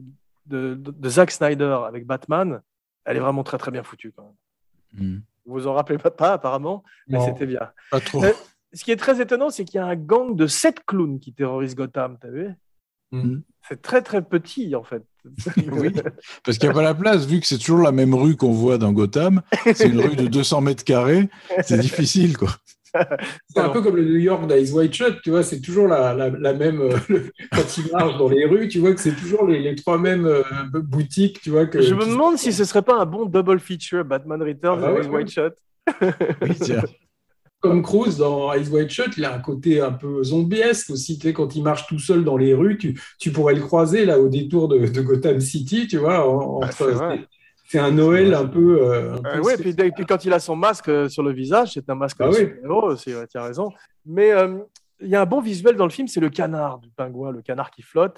de Zack Snyder avec Batman, elle est vraiment très très bien foutue quand même. Vous vous en rappelez pas apparemment, mais Non. c'était bien. Pas trop. Ce qui est très étonnant, c'est qu'il y a un gang de 7 clowns qui terrorisent Gotham, t'as vu? C'est très très petit en fait. Oui, parce qu'il n'y a pas la place, vu que c'est toujours la même rue qu'on voit dans Gotham. C'est une rue de 200 mètres carrés. C'est difficile, quoi. C'est un peu comme le New York d'Eyes Wide Shut, tu vois, c'est toujours la même. Quand ils marchent dans les rues, tu vois que c'est toujours les trois mêmes boutiques, tu vois. Je me demande si ce serait pas un bon double feature Batman Returns et Eyes Wide Shut. Oui, tiens. Tom Cruise dans Eyes Wide Shut, il a un côté un peu zombiesque aussi. Tu sais, quand il marche tout seul dans les rues, tu pourrais le croiser là au détour de Gotham City, tu vois. C'est un Noël un peu. Oui, puis quand il a son masque sur le visage, c'est un masque de super-héros aussi, ouais, tu as raison. Mais il y a un bon visuel dans le film, c'est le canard du pingouin, le canard qui flotte.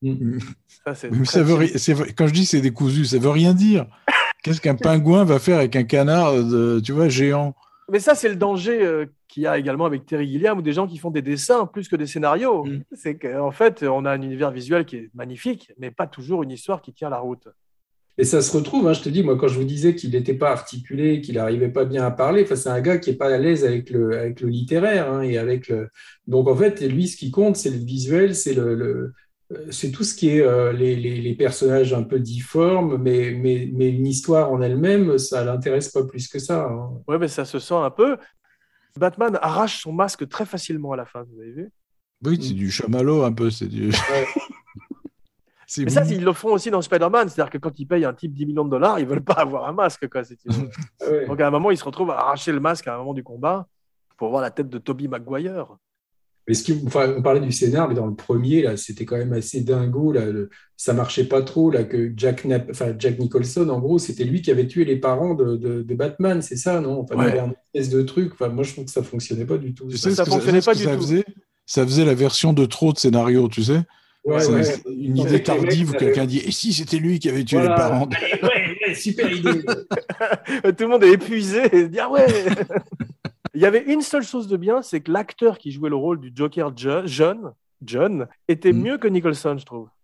Quand je dis c'est décousu, ça veut rien dire. Qu'est-ce qu'un pingouin va faire avec un canard, tu vois, géant? Mais ça, c'est le danger qu'il y a également avec Terry Gilliam ou des gens qui font des dessins plus que des scénarios. C'est qu'en fait, on a un univers visuel qui est magnifique, mais pas toujours une histoire qui tient la route. Et ça se retrouve, hein, je te dis, moi, quand je vous disais qu'il n'était pas articulé, qu'il n'arrivait pas bien à parler, c'est un gars qui n'est pas à l'aise avec le littéraire. Hein, et avec Donc, en fait, lui, ce qui compte, c'est le visuel, c'est tout ce qui est les personnages un peu difformes, mais une histoire en elle-même, ça ne l'intéresse pas plus que ça. Hein. Oui, mais ça se sent un peu. Batman arrache son masque très facilement à la fin, vous avez vu? Oui, c'est du chamallow un peu. C'est du... Mais ça, ils le font aussi dans Spider-Man, c'est-à-dire que quand ils payent un type 10 millions de dollars, ils ne veulent pas avoir un masque. Quoi, Donc à un moment, ils se retrouvent à arracher le masque à un moment du combat pour voir la tête de Tobey Maguire. Mais on parlait du scénar, mais dans le premier, là, c'était quand même assez dingo. Là, ça marchait pas trop. Là, que Jack Nicholson, en gros, c'était lui qui avait tué les parents de Batman, c'est ça, non? Enfin, il y avait une espèce de truc. Enfin, moi, je trouve que ça fonctionnait pas du tout. Tu sais ça fonctionnait pas du tout. Ça faisait la version de trop de scénario, tu sais. Une idée tardive où quelqu'un dit « Et si c'était lui qui avait tué les parents ?» Ouais, super idée. Tout le monde est épuisé et se dit « Ah ouais !» Il y avait une seule chose de bien, c'est que l'acteur qui jouait le rôle du Joker John, était mieux que Nicholson, je trouve.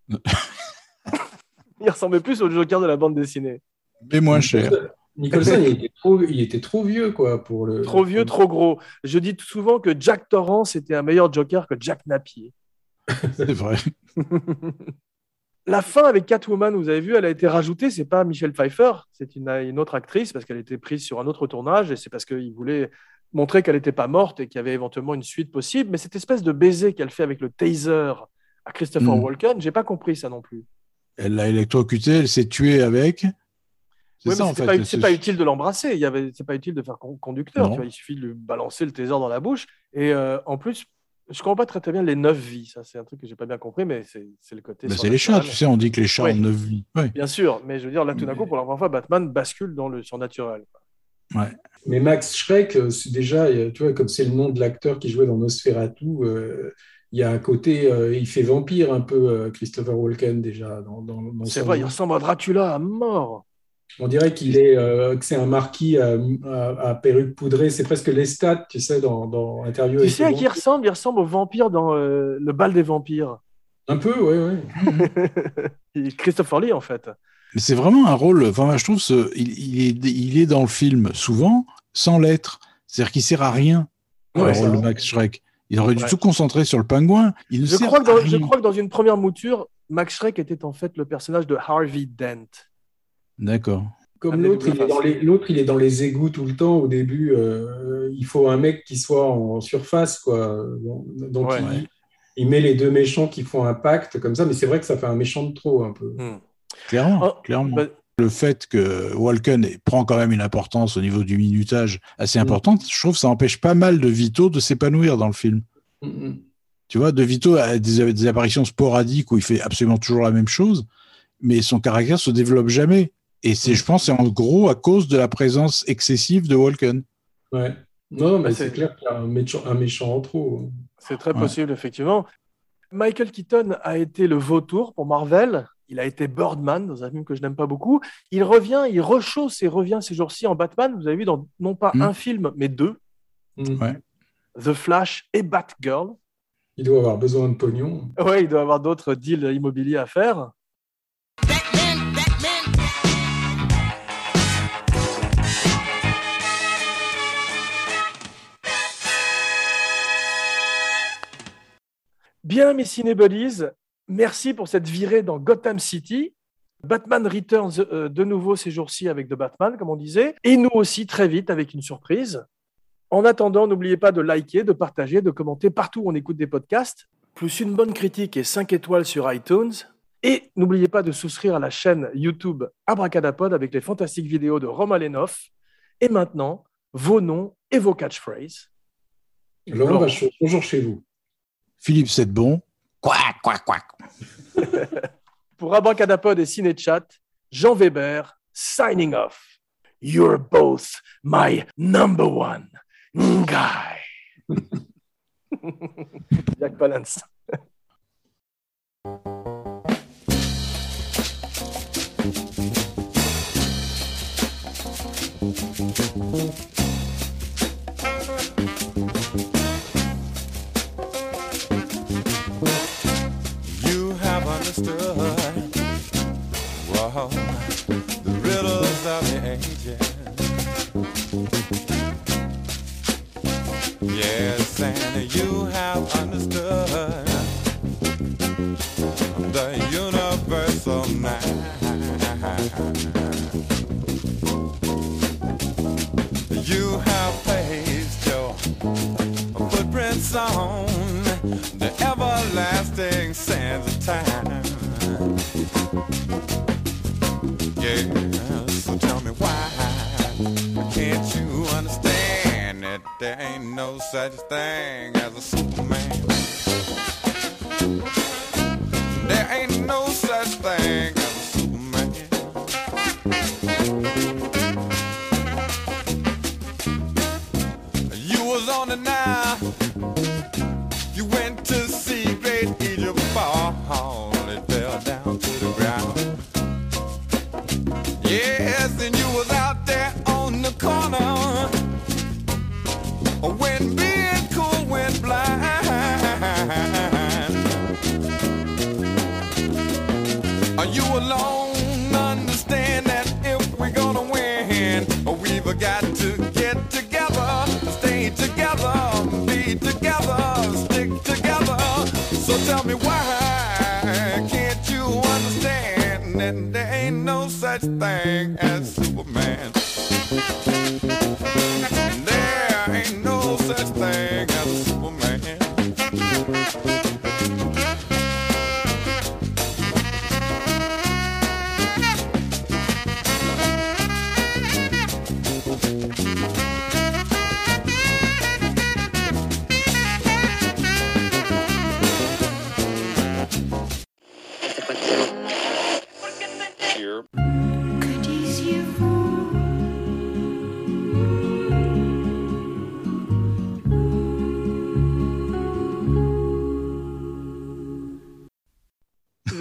Il ressemblait plus au Joker de la bande dessinée. Mais moins cher. Nicholson, il était trop vieux, quoi, pour le... Trop vieux, trop gros. Je dis souvent que Jack Torrance était un meilleur Joker que Jack Napier. C'est vrai. La fin avec Catwoman, vous avez vu, elle a été rajoutée. C'est pas Michelle Pfeiffer, c'est une autre actrice parce qu'elle était prise sur un autre tournage et c'est parce qu'ils voulaient montrer qu'elle n'était pas morte et qu'il y avait éventuellement une suite possible. Mais cette espèce de baiser qu'elle fait avec le taser à Christopher Walken, j'ai pas compris ça non plus. Elle l'a électrocuté, elle s'est tuée avec. C'est Ouais, ça, mais en fait. c'est pas utile de l'embrasser. C'est pas utile de faire conducteur. Non. Tu vois, il suffit de lui balancer le taser dans la bouche. Et en plus, je comprends pas très bien les 9 vies. Ça, c'est un truc que j'ai pas bien compris, mais c'est le côté. Bah, c'est les chats, tu sais, on dit que les chats Oui. ont 9 vies. Ouais. Bien sûr, mais je veux dire, là, tout d'un coup, pour la première fois, Batman bascule dans le surnaturel. Ouais. Mais Max Schreck, c'est déjà, tu vois, comme c'est le nom de l'acteur qui jouait dans Nosferatu, il y a un côté, il fait vampire un peu, Christopher Walken déjà. C'est vrai, il ressemble à Dracula à mort. On dirait que c'est un marquis à perruque poudrée. C'est presque Lestat, tu sais, dans Interview. Tu sais à qui il ressemble? Il ressemble au vampire dans le bal des vampires. Un peu, oui. Christopher Lee, en fait. Mais c'est vraiment un rôle. Enfin, moi, je trouve il est dans le film souvent sans l'être. C'est-à-dire qu'il sert à rien. Ouais, le rôle de Max Schreck. Il aurait dû tout concentrer sur le pingouin. Je crois que dans une première mouture, Max Schreck était en fait le personnage de Harvey Dent. D'accord. Comme l'autre, il est dans les égouts tout le temps. Au début, il faut un mec qui soit en surface, quoi. Donc il met les deux méchants qui font un pacte comme ça. Mais c'est vrai que ça fait un méchant de trop un peu. Clairement. Le fait que Walken prend quand même une importance au niveau du minutage assez importante, je trouve que ça empêche pas mal de Vito de s'épanouir dans le film. Tu vois, De Vito a des apparitions sporadiques où il fait absolument toujours la même chose, mais son caractère se développe jamais. Et je pense, c'est en gros à cause de la présence excessive de Walken. Ouais. Non, mais c'est clair qu'il y a un méchant en trop. C'est très possible, effectivement. Michael Keaton a été le vautour pour Marvel. Il a été Birdman dans un film que je n'aime pas beaucoup. Il revient, il rechausse et revient ces jours-ci en Batman. Vous avez vu dans non pas un film, mais 2. The Flash et Batgirl. Il doit avoir besoin de pognon. Ouais, il doit avoir d'autres deals immobiliers à faire. Bien, mes cinébodies, merci pour cette virée dans Gotham City. Batman Returns de nouveau ces jours-ci avec The Batman, comme on disait, et nous aussi très vite avec une surprise. En attendant, n'oubliez pas de liker, de partager, de commenter partout où on écoute des podcasts, plus une bonne critique et 5 étoiles sur iTunes. Et n'oubliez pas de souscrire à la chaîne YouTube Abracadapod avec les fantastiques vidéos de Romain Lenoff. Et maintenant, vos noms et vos catchphrases. Laurent Bachot, bonjour chez vous. Philippe Sedbon. Quack, quack, quack. Pour Abracadapod et Cinéchat, Jean Weber, signing off. You're both my number one guy. Jack Palance. You have understood, wow, the riddles of the ages. Yes, and you have understood the universal mind. You have placed your footprints on the everlasting sands of time. Yeah, so tell me why can't you understand that there ain't no such thing as a Superman? There ain't no such thing as a Superman. You was on the Nile, you went to see great Egypt fall, it fell down to the ground. Yes, and you was out there on the corner when being cool went blind. You alone understand that if we're gonna win, we've got to get together, stay together, be together, stick together. So tell me why can't you understand that there ain't no such thing as Superman? There ain't no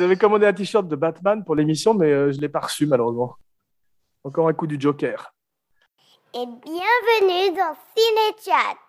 J'avais commandé un t-shirt de Batman pour l'émission, mais je ne l'ai pas reçu malheureusement. Encore un coup du Joker. Et bienvenue dans Ciné Chat.